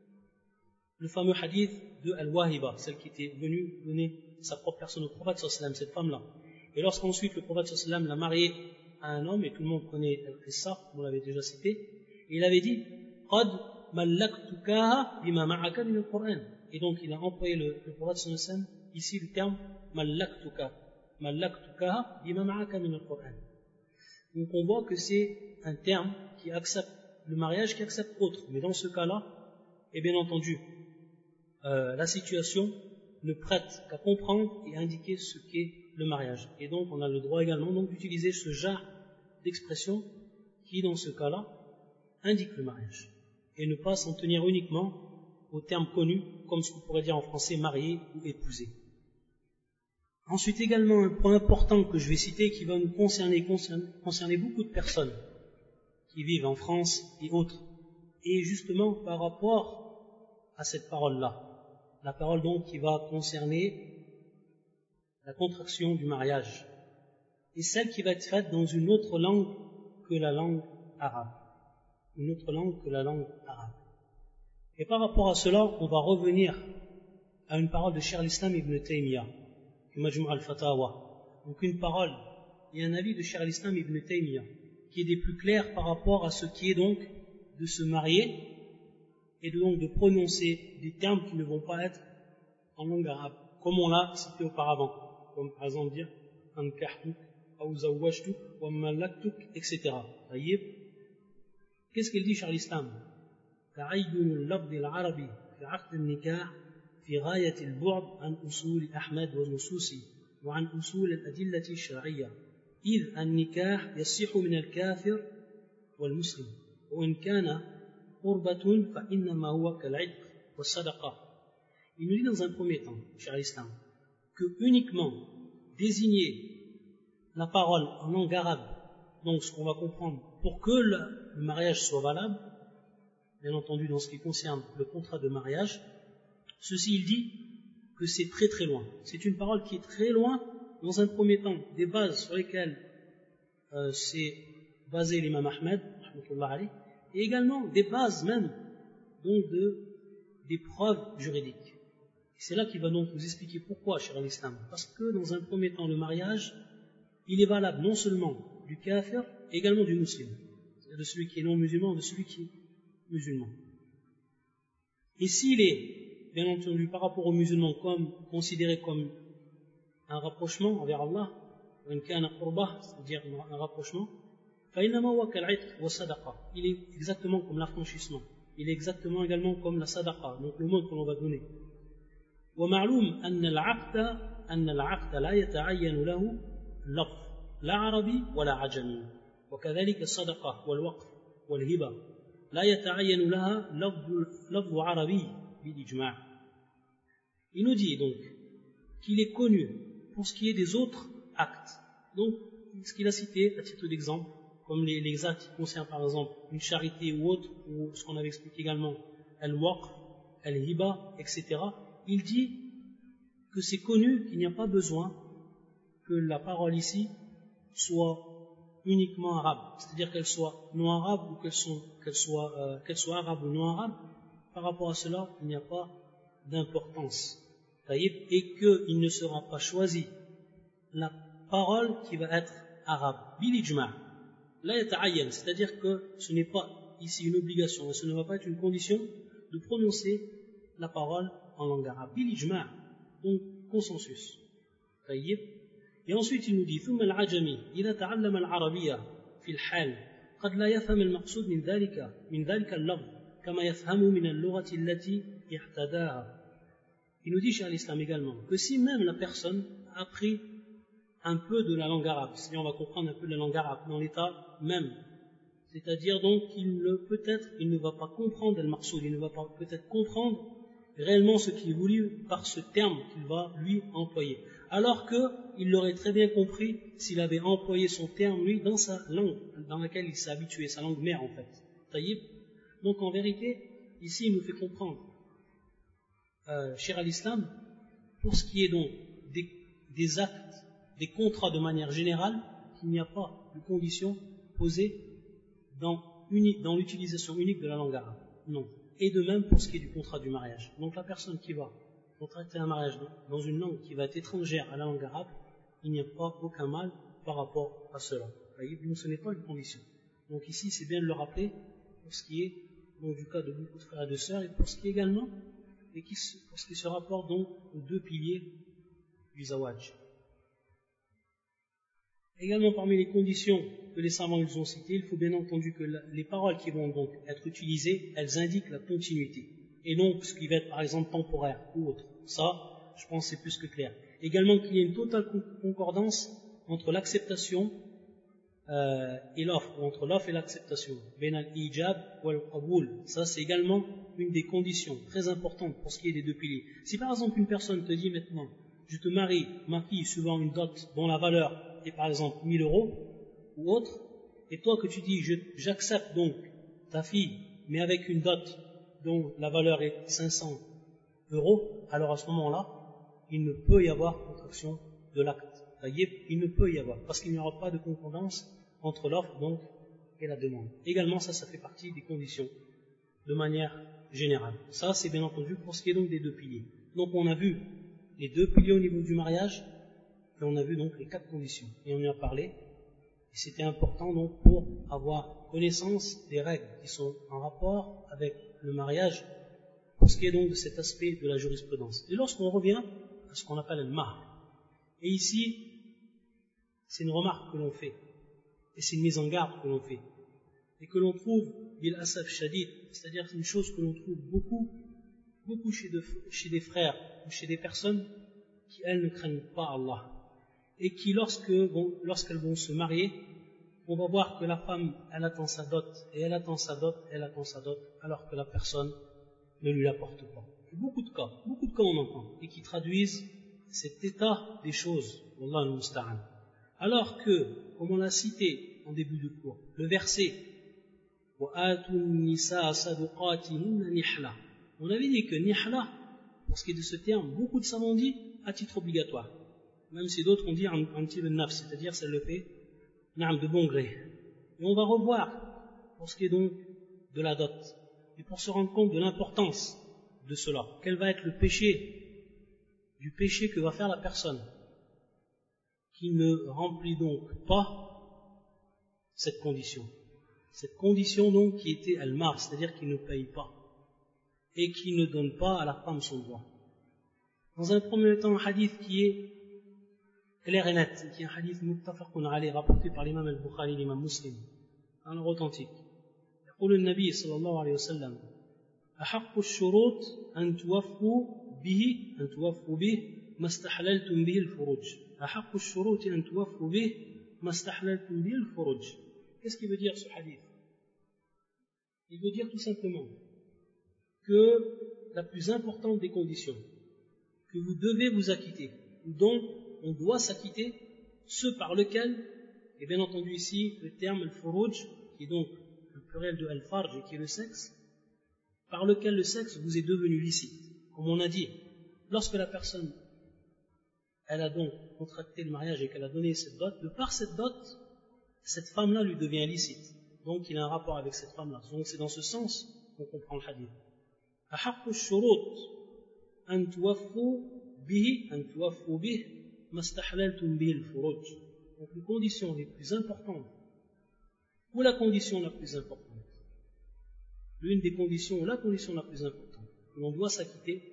le fameux hadith de Al-Wahiba, celle qui était venue donner sa propre personne au prophète sallallahu alayhi wa sallam, cette femme-là. Et lorsqu'ensuite le prophète sallallahu alayhi wa sallam l'a mariée à un homme, et tout le monde connaît Al-Qissa, on l'avait déjà cité, et il avait dit Qad mallaktukaha bima ma'aka min al-Qur'an. Et donc il a employé le, le prophète sallallahu alayhi wa sallam ici le terme mallaktuka, mallaktukaha bima ma'aka min al-Qur'an. Donc on voit que c'est un terme qui accepte le mariage, qui accepte autre. Mais dans ce cas-là, et bien entendu, euh, la situation ne prête qu'à comprendre et indiquer ce qu'est le mariage. Et donc on a le droit également donc d'utiliser ce genre d'expression qui dans ce cas-là indique le mariage. Et ne pas s'en tenir uniquement aux termes connus, comme ce qu'on pourrait dire en français marié ou épousé. Ensuite également un point important que je vais citer qui va nous concerner, concerner, concerner beaucoup de personnes qui vivent en France et autres. Et justement par rapport à cette parole-là, la parole donc qui va concerner la contraction du mariage, et celle qui va être faite dans une autre langue que la langue arabe. Une autre langue que la langue arabe. Et par rapport à cela, on va revenir à une parole de Cheikh al-Islam ibn Taymiyyah, Majmu' al-Fatawa. Donc une parole et un avis de Cheikh al-Islam ibn Taymiyyah, qui est des plus clairs par rapport à ce qui est donc de se marier et de donc de prononcer des termes qui ne vont pas être en langue arabe, comme on l'a cité auparavant, comme par exemple dire ankahtuk, ou zawwajtuk, ou mallaktuk, et cetera. Qu'est-ce qu'il dit Cheikh l'Islam? تعين اللفظ العربي في عقد النكاح في غاية البعد عن أصول أحمد والنصوص وعن أصول الأدلة الشرعية إذ النكاح يصح من الكافر والمسلم وإن كان قربة فإنما هو كالعتق والصدقة. Il nous dit dans un premier temps, Cheikh l'Islam, que uniquement désigner la parole en langue arabe, donc ce qu'on va comprendre, pour que le, le mariage soit valable, bien entendu dans ce qui concerne le contrat de mariage, ceci il dit que c'est très très loin. C'est une parole qui est très loin, dans un premier temps, des bases sur lesquelles euh, s'est basé l'imam Ahmed, et également des bases même, donc de, des preuves juridiques. C'est là qu'il va donc nous expliquer pourquoi, cher l'islam. Parce que dans un premier temps, le mariage, il est valable non seulement du kafir, mais également du musulman. C'est-à-dire de celui qui est non musulman, de celui qui est musulman. Et s'il est, bien entendu, par rapport aux musulmans, comme, considéré comme un rapprochement envers Allah, c'est-à-dire un rapprochement, il est exactement comme l'affranchissement. Il est exactement également comme la sadaqa, donc le mot que l'on va donner. ومعلوم أن العقد أن العقد لا يتعين له لفظ لا عربي ولا عجمي وكذلك الصدقة والوقف والهبة لا يتعين لها لفظ لفظ عربي بالإجماع. Il nous dit donc qu'il est connu pour ce qui est des autres actes. Donc ce qu'il a cité à titre d'exemple, comme les, les actes qui concernent par exemple une charité ou autre, ou ce qu'on avait expliqué également, al-waqf, al-hiba, et cetera. Il dit que c'est connu qu'il n'y a pas besoin que la parole ici soit uniquement arabe, c'est-à-dire qu'elle soit non arabe ou qu'elle soit, qu'elle soit, euh, qu'elle soit arabe ou non arabe. Par rapport à cela, il n'y a pas d'importance. Et qu'il ne sera pas choisi la parole qui va être arabe. Bil ijma'. Là, c'est-à-dire que ce n'est pas ici une obligation, ce ne va pas être une condition de prononcer la parole en langue arabe. Bil ijma', donc consensus. Et ensuite il nous dit ثم العجمي إذا تعلم العربية في الحال قد لا يفهم المقصود من ذلك من ذلك اللفظ كما يفهم من اللغة التي اعتداها. Il nous dit chez l'islam également que si même la personne a appris un peu de la langue arabe, si on va comprendre un peu de la langue arabe dans l'état même, c'est-à-dire donc qu'il ne peut-être il ne va pas comprendre al-maqsoud, il ne va pas peut-être comprendre réellement ce qui est voulu par ce terme qu'il va lui employer. Alors qu'il l'aurait très bien compris s'il avait employé son terme, lui, dans sa langue, dans laquelle il s'est habitué, sa langue mère en fait. Taïb. Donc en vérité, ici il nous fait comprendre, euh, cher à l'islam, pour ce qui est donc des, des actes, des contrats de manière générale, qu'il n'y a pas de conditions posées dans, dans l'utilisation unique de la langue arabe. Non. Et de même pour ce qui est du contrat du mariage. Donc la personne qui va contracter un mariage dans une langue qui va être étrangère à la langue arabe, il n'y a pas aucun mal par rapport à cela. Donc ce n'est pas une condition. Donc ici c'est bien de le rappeler pour ce qui est donc, du cas de beaucoup de frères et de sœurs et pour ce qui est également et qui, pour ce qui se rapporte donc aux deux piliers du zawaj. Également parmi les conditions que les savants ils ont citées, il faut bien entendu que la, les paroles qui vont donc être utilisées, elles indiquent la continuité et non ce qui va être par exemple temporaire ou autre. Ça, je pense c'est plus que clair. Également qu'il y ait une totale concordance entre l'acceptation euh, et l'offre, ou entre l'offre et l'acceptation. Ben al-ijab wal qaboul. Ça c'est également une des conditions très importantes pour ce qui est des deux piliers. Si par exemple une personne te dit maintenant, je te marie ma fille suivant une dot dont la valeur est par exemple mille euros ou autre, et toi que tu dis je, j'accepte donc ta fille mais avec une dot dont la valeur est cinq cents euros, alors à ce moment-là il ne peut y avoir contraction de l'acte. Il ne peut y avoir parce qu'il n'y aura pas de concordance entre l'offre donc et la demande. Également ça, ça fait partie des conditions de manière générale. Ça c'est bien entendu pour ce qui est donc des deux piliers. Donc on a vu les deux piliers au niveau du mariage. Et on a vu donc les quatre conditions, et on y a parlé, et c'était important donc pour avoir connaissance des règles qui sont en rapport avec le mariage, pour ce qui est donc de cet aspect de la jurisprudence. Et lorsqu'on revient à ce qu'on appelle le mahr, et ici, c'est une remarque que l'on fait, et c'est une mise en garde que l'on fait. et que l'on trouve bil asaf shadid, c'est-à-dire c'est une chose que l'on trouve beaucoup, beaucoup chez, de, chez des frères ou chez des personnes qui, elles, ne craignent pas Allah. Et qui, lorsque, bon, lorsqu'elles vont se marier, on va voir que la femme, elle attend sa dot, et elle attend sa dot, elle attend sa dot, alors que la personne ne lui l'apporte pas. Et beaucoup de cas, beaucoup de cas on entend, et qui traduisent cet état des choses, Wallah al-Musta'an. Alors que, comme on l'a cité en début de cours, le verset وَآتُوا النِّسَاءَ صَدُقَاتِهِنَّ نِحْلَةً, on avait dit que nihla, pour ce qui est de ce terme, beaucoup de savants disent à titre obligatoire. Même si d'autres ont dit un petit nafs, c'est-à-dire ça le fait de bon gré. Et on va revoir pour ce qui est donc de la dot, et pour se rendre compte de l'importance de cela, quel va être le péché, du péché que va faire la personne qui ne remplit donc pas cette condition. Cette condition donc qui était al-mar, c'est-à-dire qui ne paye pas et qui ne donne pas à la femme son droit. Dans un premier temps, un hadith qui est clair et net, qui est un hadith muttafaqun alayh, rapporté par l'imam al-Bukhari, l'imam Muslim, alors authentique. يقول النبي صلى الله عليه وسلم أحق الشروط أن توفوا به أن توفوا به ما استحللتم به الفروج أحق الشروط أن توفوا به ما استحللتم به الفروج. Qu'est-ce qu'il veut dire ce hadith? Il veut dire tout simplement que la plus importante des conditions que vous devez vous acquitter, dont on doit s'acquitter, ceux par lesquels, et bien entendu ici le terme al-furuj, qui est donc le pluriel de al-farj, qui est le sexe, par lequel le sexe vous est devenu licite. Comme on a dit, lorsque la personne elle a donc contracté le mariage et qu'elle a donné cette dot, de par cette dot, cette femme-là lui devient licite. Donc il a un rapport avec cette femme-là. Donc c'est dans ce sens qu'on comprend le hadith. أحق الشروط أن توفوا به أن توفوا به ما استحللتم به الفروج. Donc les conditions les plus importantes, ou la condition la plus importante, l'une des conditions ou la condition la plus importante que l'on doit s'acquitter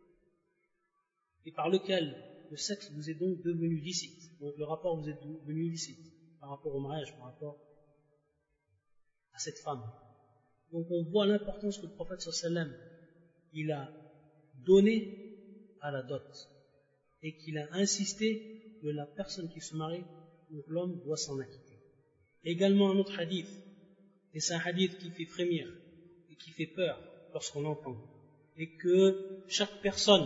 et par lequel le sexe vous est donc devenu licite, donc le rapport vous est devenu licite par rapport au mariage, par rapport à cette femme. Donc on voit l'importance que le prophète sallallahu alayhi wa sallam il a donné à la dot et qu'il a insisté que la personne qui se marie, donc l'homme, doit s'en acquitter. Également un autre hadith, et c'est un hadith qui fait frémir et qui fait peur lorsqu'on l'entend, et que chaque personne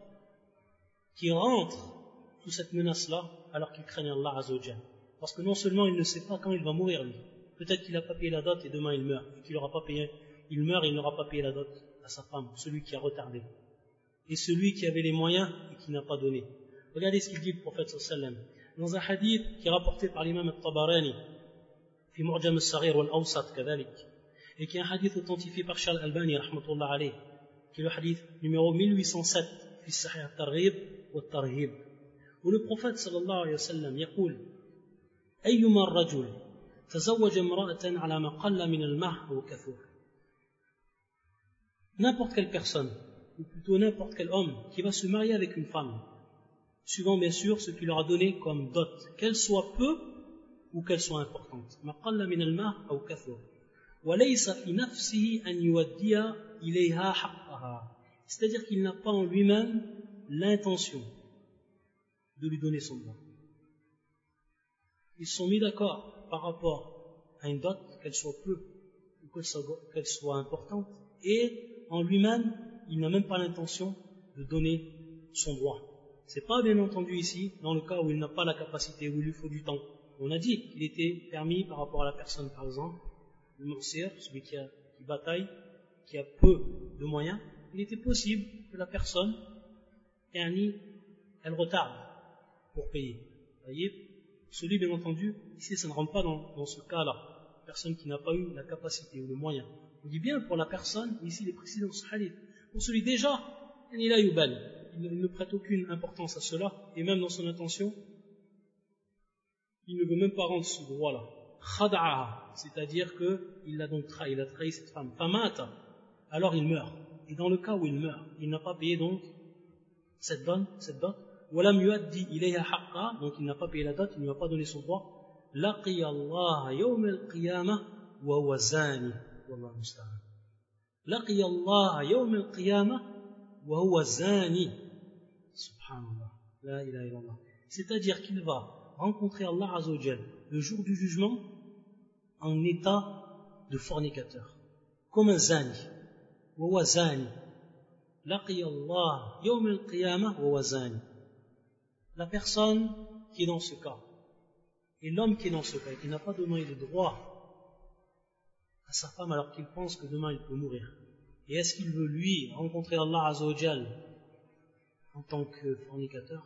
qui rentre sous cette menace-là, alors qu'il craigne Allah Azza wa Jalla, parce que non seulement il ne sait pas quand il va mourir lui, peut-être qu'il n'a pas payé la dot et demain il meurt, et qu'il n'aura pas payé, il meurt et il n'aura pas payé la dot à sa femme, celui qui a retardé, et celui qui avait les moyens et qui n'a pas donné. Regardez ce qu'il dit le prophète sallallahu alayhi wa sallam dans un hadith qui est rapporté par l'imam al-Tabarani fi Mu'jam al-Saghir wal-Awsat kadhalik, et qui est un hadith authentifié par Charles Albani rahmatullah alayh, qui est le hadith numéro mille huit cent sept fi Sahih al-Targhib wal-Tarhib, où le prophète sallallahu alayhi wa sallam يقول أيما الرجل تزوج امرأة على ما قل من المهر وكثر. N'importe quelle personne, ou plutôt n'importe quel homme qui va se marier avec une femme, suivant bien sûr ce qu'il leur a donné comme dot, qu'elle soit peu ou qu'elle soit importante. ما قل من المهر أو كثر وليس في نفسه أن يودي إليها حقها. C'est-à-dire qu'il n'a pas en lui-même l'intention de lui donner son droit. Ils se sont mis d'accord par rapport à une dot, qu'elle soit peu ou qu'elle soit, qu'elle soit importante, et en lui-même, il n'a même pas l'intention de donner son droit. C'est pas bien entendu ici, dans le cas où il n'a pas la capacité, où il lui faut du temps. On a dit qu'il était permis par rapport à la personne, par exemple, le mursir, celui qui, a, qui bataille, qui a peu de moyens, il était possible que la personne, elle retarde pour payer. Vous voyez, celui, bien entendu, ici, ça ne rentre pas dans, dans ce cas-là. Personne qui n'a pas eu la capacité ou le moyen. On dit bien pour la personne, ici, il est précisé dans ce hadith. Pour celui déjà, il a yubal. Il ne prête aucune importance à cela, et même dans son intention, il ne veut même pas rendre ce droit-là. Khada'a, c'est-à-dire qu'il l'a donc trahi, il a trahi cette femme. Famata, alors il meurt. Et dans le cas où il meurt, il n'a pas payé donc cette dot, cette dot. Walam yuaddi ilayha haqqa, donc il n'a pas payé la dot, il ne lui a pas donné son droit. Laqiya Allah yawm al-qiyamah وهو زاني والله المستعان. لقي الله يوم القيامة وهو زاني. Subhanallah. La ilaha illallah. C'est-à-dire qu'il va rencontrer Allah Azza wa Jal le jour du jugement en état de fornicateur, comme un zani. وهو زاني. لقي الله يوم القيامة وهو زاني. La personne qui est dans ce cas et l'homme qui est dans ce cas et qui n'a pas donné le droit à sa femme alors qu'il pense que demain il peut mourir. Et est-ce qu'il veut lui rencontrer Allah Azza wa Jal en tant que fornicateur?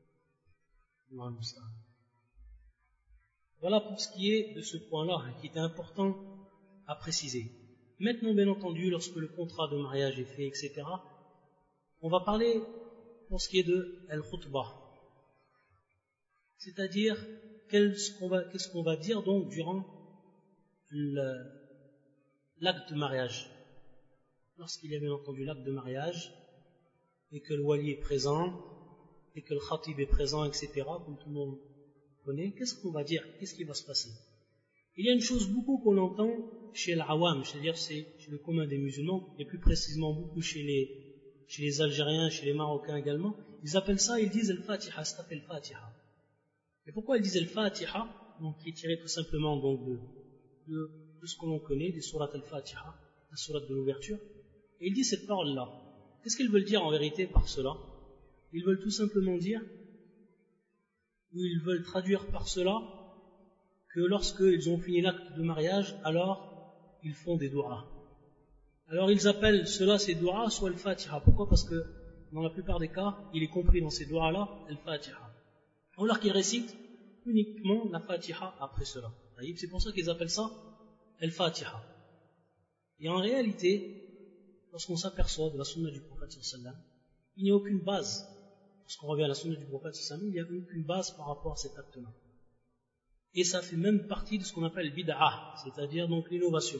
Voilà pour ce qui est de ce point-là qui était important à préciser. Maintenant, bien entendu, lorsque le contrat de mariage est fait, et cetera, on va parler pour ce qui est de al-khutbah. C'est-à-dire, qu'est-ce qu'on va, qu'est-ce qu'on va dire donc durant le, l'acte de mariage. Lorsqu'il y a bien entendu l'acte de mariage, et que le wali est présent, et que le khatib est présent, et cetera, comme tout le monde connaît, qu'est-ce qu'on va dire? Qu'est-ce qui va se passer? Il y a une chose beaucoup qu'on entend chez l'awam, c'est-à-dire c'est chez le commun des musulmans, et plus précisément beaucoup chez les, chez les Algériens, chez les Marocains également, ils appellent ça, ils disent al-Fatiha, c'est appelé al-Fatiha. Et pourquoi ils disent al-Fatiha? Donc qui est tiré tout simplement donc de, de, de ce que l'on connaît, des sourates al-Fatiha, la sourate de l'ouverture, et ils disent cette parole-là. Qu'est-ce qu'ils veulent dire en vérité par cela? Ils veulent tout simplement dire, ou ils veulent traduire par cela, que lorsqu'ils ont fini l'acte de mariage, alors ils font des doigts. Alors ils appellent cela ces doigts, soit le Fatiha. Pourquoi? Parce que dans la plupart des cas, il est compris dans ces doigts-là, le Fatiha. Alors qu'ils récitent uniquement la Fatiha après cela. C'est pour ça qu'ils appellent ça le Fatiha. Et en réalité, lorsqu'on s'aperçoit de la sunna du prophète sallallahu alayhi wa sallam, il n'y a aucune base. Lorsqu'on revient à la sunna du prophète sallallahu alayhi wa sallam, il n'y a aucune base par rapport à cet acte-là. Et ça fait même partie de ce qu'on appelle bid'ah, c'est-à-dire donc l'innovation,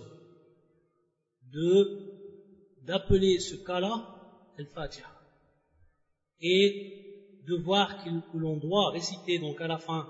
de d'appeler ce cas-là al-Fatiha, et de voir que l'on doit réciter donc à la fin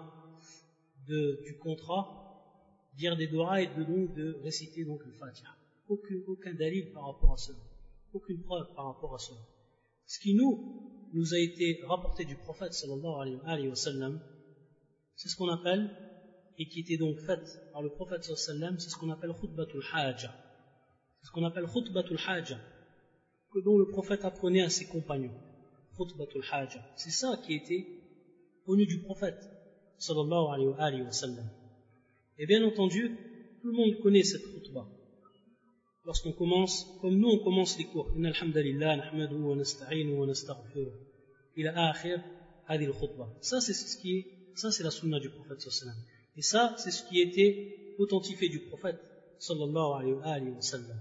de, du contrat, dire des doigts et de donc de réciter donc al-Fatiha. Aucun, aucun dalil par rapport à cela, aucune preuve par rapport à cela. Ce qui nous nous a été rapporté du prophète sallallahu alayhi wa sallam, c'est ce qu'on appelle, et qui était donc faite par le prophète sallallahu alayhi wa sallam, c'est ce qu'on appelle khutbatul haja. C'est ce qu'on appelle khutbatul haja, que dont le prophète apprenait à ses compagnons. Khutbatul haja. C'est ça qui était connu du prophète sallallahu alayhi wa sallam. Et bien entendu, tout le monde connaît cette khutbah. Lorsqu'on commence, comme nous on commence les cours, inna alhamdulillah, nahmaduhu wa nasta'inuhu wa nastaghfiruh, ila akhir hadhihi al-khutbah. Ça c'est ce qui est, ça c'est la sunna du prophète sallallahu alayhi wa sallam. Et ça, c'est ce qui était authentifié du prophète sallallahu alayhi wa sallam.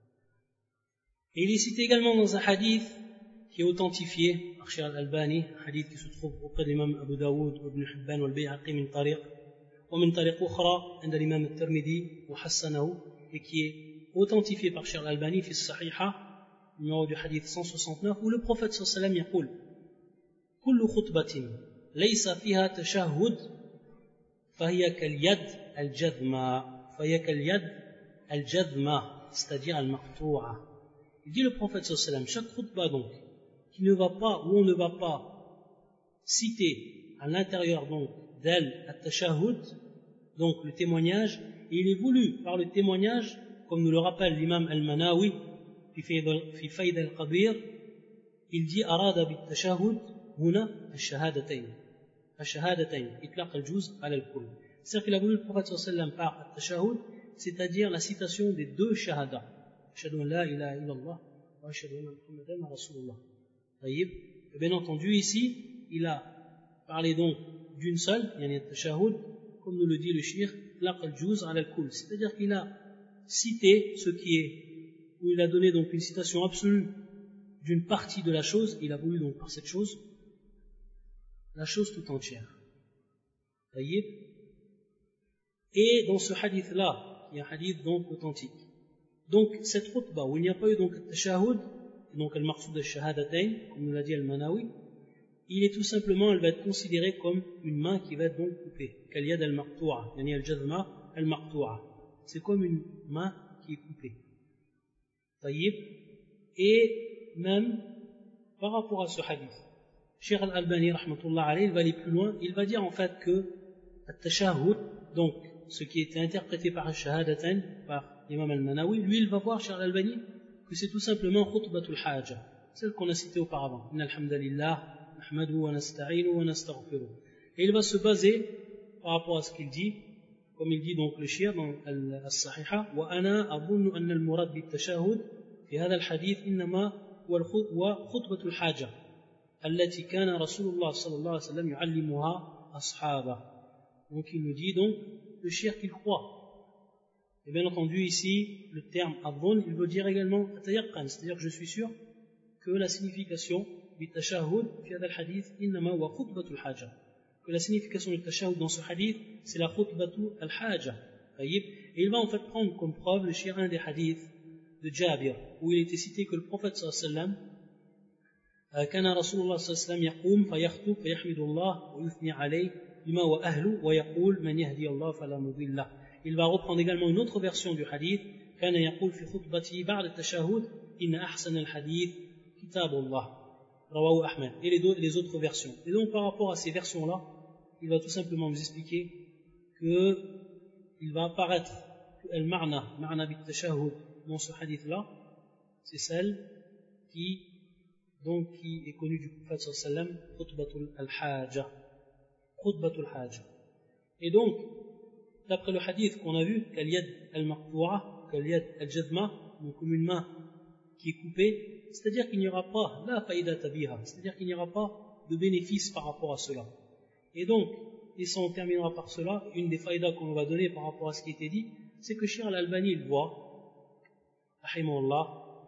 Et il est cité également dans un hadith qui est authentifié par Cheikh al-Albani, hadith qui se trouve auprès de l'imam Abu Daoud, Ibn Hibban, wal-Bayhaqi min tariq, ou min tariq ukhra, عند l'imam al-Tirmidhi, wa hassanahu, et qui est authentifié par Cheikh al-Albani, fi as-Sahiha, numéro du hadith cent soixante-neuf, où le prophète sallallahu alayhi wa sallam yaqul, kullu khutbatin, laysa fiha tashahhud, فهي كاليد الجذمة فهي كاليد الجذمة c'est-à-dire al-maqtu'a. Il dit le prophète sallallahu alayhi wa sallam, chaque khutbah donc qui ne va pas, où on ne va pas citer à l'intérieur donc d'elle at-tashahhud, donc le témoignage, et il est voulu par le témoignage, comme nous le rappelle l'imam al-Manawi fi Fayd al-Qadir, il dit arada bit-tashahhud huna al-shahadatayn. الشهادتين إطلاق الجوز على الكل. C'est-à-dire qu'il a voulu le prophète sallallahu alayhi wa sallam par at-tashahhud, c'est-à-dire la citation des deux shahadas. Ashhadu an la ilaha illallah wa ashhadu anna Muhammadan rasulullah. Et bien entendu ici, il a parlé donc d'une seule, yani at-tashahhud, comme nous le dit le shir, إطلاق الجوز على الكل. C'est-à-dire qu'il a cité ce qui est, où il a donné donc une citation absolue d'une partie de la chose, il a voulu donc par cette chose la chose tout entière. Et dans ce hadith-là, il y a un hadith donc authentique. Donc cette khutbah où il n'y a pas eu donc tashahhud, donc al-maqsoud al-shahadatayn, comme nous l'a dit al-Manawi, il est tout simplement, elle va être considérée comme une main qui va être donc coupée. Kal-yad al-maqtu'a, yani al-jazma al-maqtu'a. C'est comme une main qui est coupée. Taïb. Et même par rapport à ce hadith, Cheikh Al-Albani, rahmatullah alayhi, il va aller plus loin. Il va dire en fait que At-Tashahhud, donc ce qui était interprété par Al-Shahadatan, par l'imam Al-Manawi, lui il va voir, Cheikh Al-Albani, que c'est tout simplement Khutbatul Haja, celle qu'on a citée auparavant. Inna alhamdulillah, nahmadu wa nasta'inu wa nastaghfiru. Et il va se baser par rapport à ce qu'il dit, comme il dit donc le Cheikh dans Al-Sahiha, wa ana adunnu anna al-murad bit-tashahhud fi hadha al-hadith innama huwa khutbatul haja التي كان رسول الله صلى الله عليه وسلم يعلمها أصحابه. Donc il nous dit donc le shirk qu'il croit. Et bien entendu ici le terme adhon il veut dire également atayaqan, c'est-à-dire que je suis sûr que la signification du tashahhud fi hadha al-hadith innama huwa khutbatul haja, que la signification du tashahhud dans ce hadith c'est la khutbatu al-haja. Et il va en fait prendre comme preuve le shir un des hadiths de Jabir où il était cité que le prophète sallallahu alayhi wa sallam كان رسول الله صلى الله عليه وسلم يقوم فيخطب فيحمد الله ويثني عليه بما هو أهله ويقول من يهدي الله فلا مضل له. Il va reprendre également une autre version du hadith كان يقول في خطبته بعد التشهد إن أحسن الحديث كتاب الله رواه أحمد et les, les autres versions. Et donc par rapport à ces versions là il va tout simplement nous expliquer que il va apparaître que le ma'na ma'na bit tashahhud dans ce hadith là c'est celle qui donc qui est connu du prophète sallallahu alayhi wa sallam, khutbatul al-haja, khutbatul haja. Et donc, d'après le hadith qu'on a vu, qu'al-yad al-maqtu'a, qu'al-yad al-jadma, donc comme une main qui est coupée, c'est-à-dire qu'il n'y aura pas la faïda tabiha, c'est-à-dire qu'il n'y aura pas de bénéfice par rapport à cela. Et donc, et ça on terminera par cela, une des faïdas qu'on va donner par rapport à ce qui était dit, c'est que Cheikh Al-Albani il voit, rahimahullah,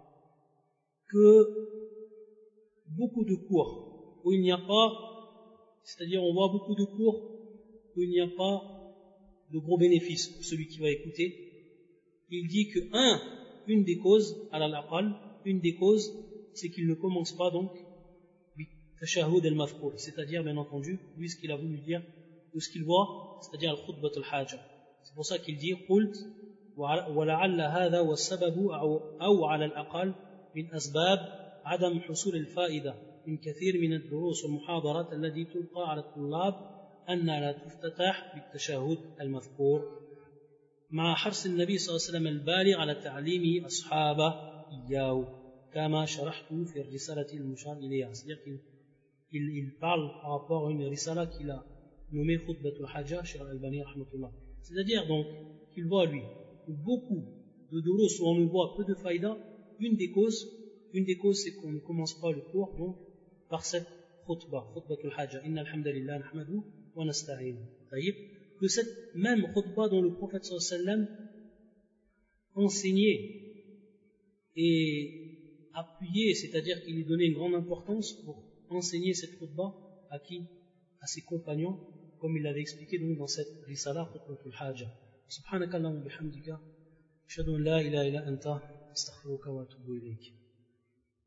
que beaucoup de cours où il n'y a pas, c'est-à-dire on voit beaucoup de cours où il n'y a pas de gros bénéfices pour celui qui va écouter. Il dit que un, une des causes, à l'aqal, une des causes, c'est qu'il ne commence pas donc tashahhud al-mafqour, c'est-à-dire bien entendu, lui ce qu'il a voulu dire, ou ce qu'il voit, c'est-à-dire al-khutbat al-haja. C'est pour ça qu'il dit qult wa la'alla hadha wa sababu aw ala al-aqal min asbab عدم حصول الفائدة من كثير من الدروس والمحاضرات التي تلقى على الطلاب أن لا تفتتح بالتشهد المذكور مع حرص النبي صلى الله عليه وسلم البالغ على تعليم أصحابه إياه كما شرحت في الرسالة المشار إليها. C'est-à-dire qu'il il, il parle par rapport à une risala qu'il a nommée Khutbatul Haja chez Al-Albani rahmatullah. C'est-à-dire donc qu'il voit lui beaucoup de durus où on ne voit peu de faïda, une des causes Une des causes, c'est qu'on ne commence pas le cours donc par cette khutbah, khutbatul haja, inna alhamdulillah, nahmadu wa nasta'in. Que cette même khutbah dont le prophète sallallahu alayhi wa sallam enseignait et appuyait, c'est-à-dire qu'il lui donnait une grande importance pour enseigner cette khutbah à qui? À ses compagnons, comme il l'avait expliqué donc dans cette risala, khutbatul haja. Subhanakallahumma bihamdika, ashhadu an la ilaha illa anta, astaghfiruka wa atubu ilayk.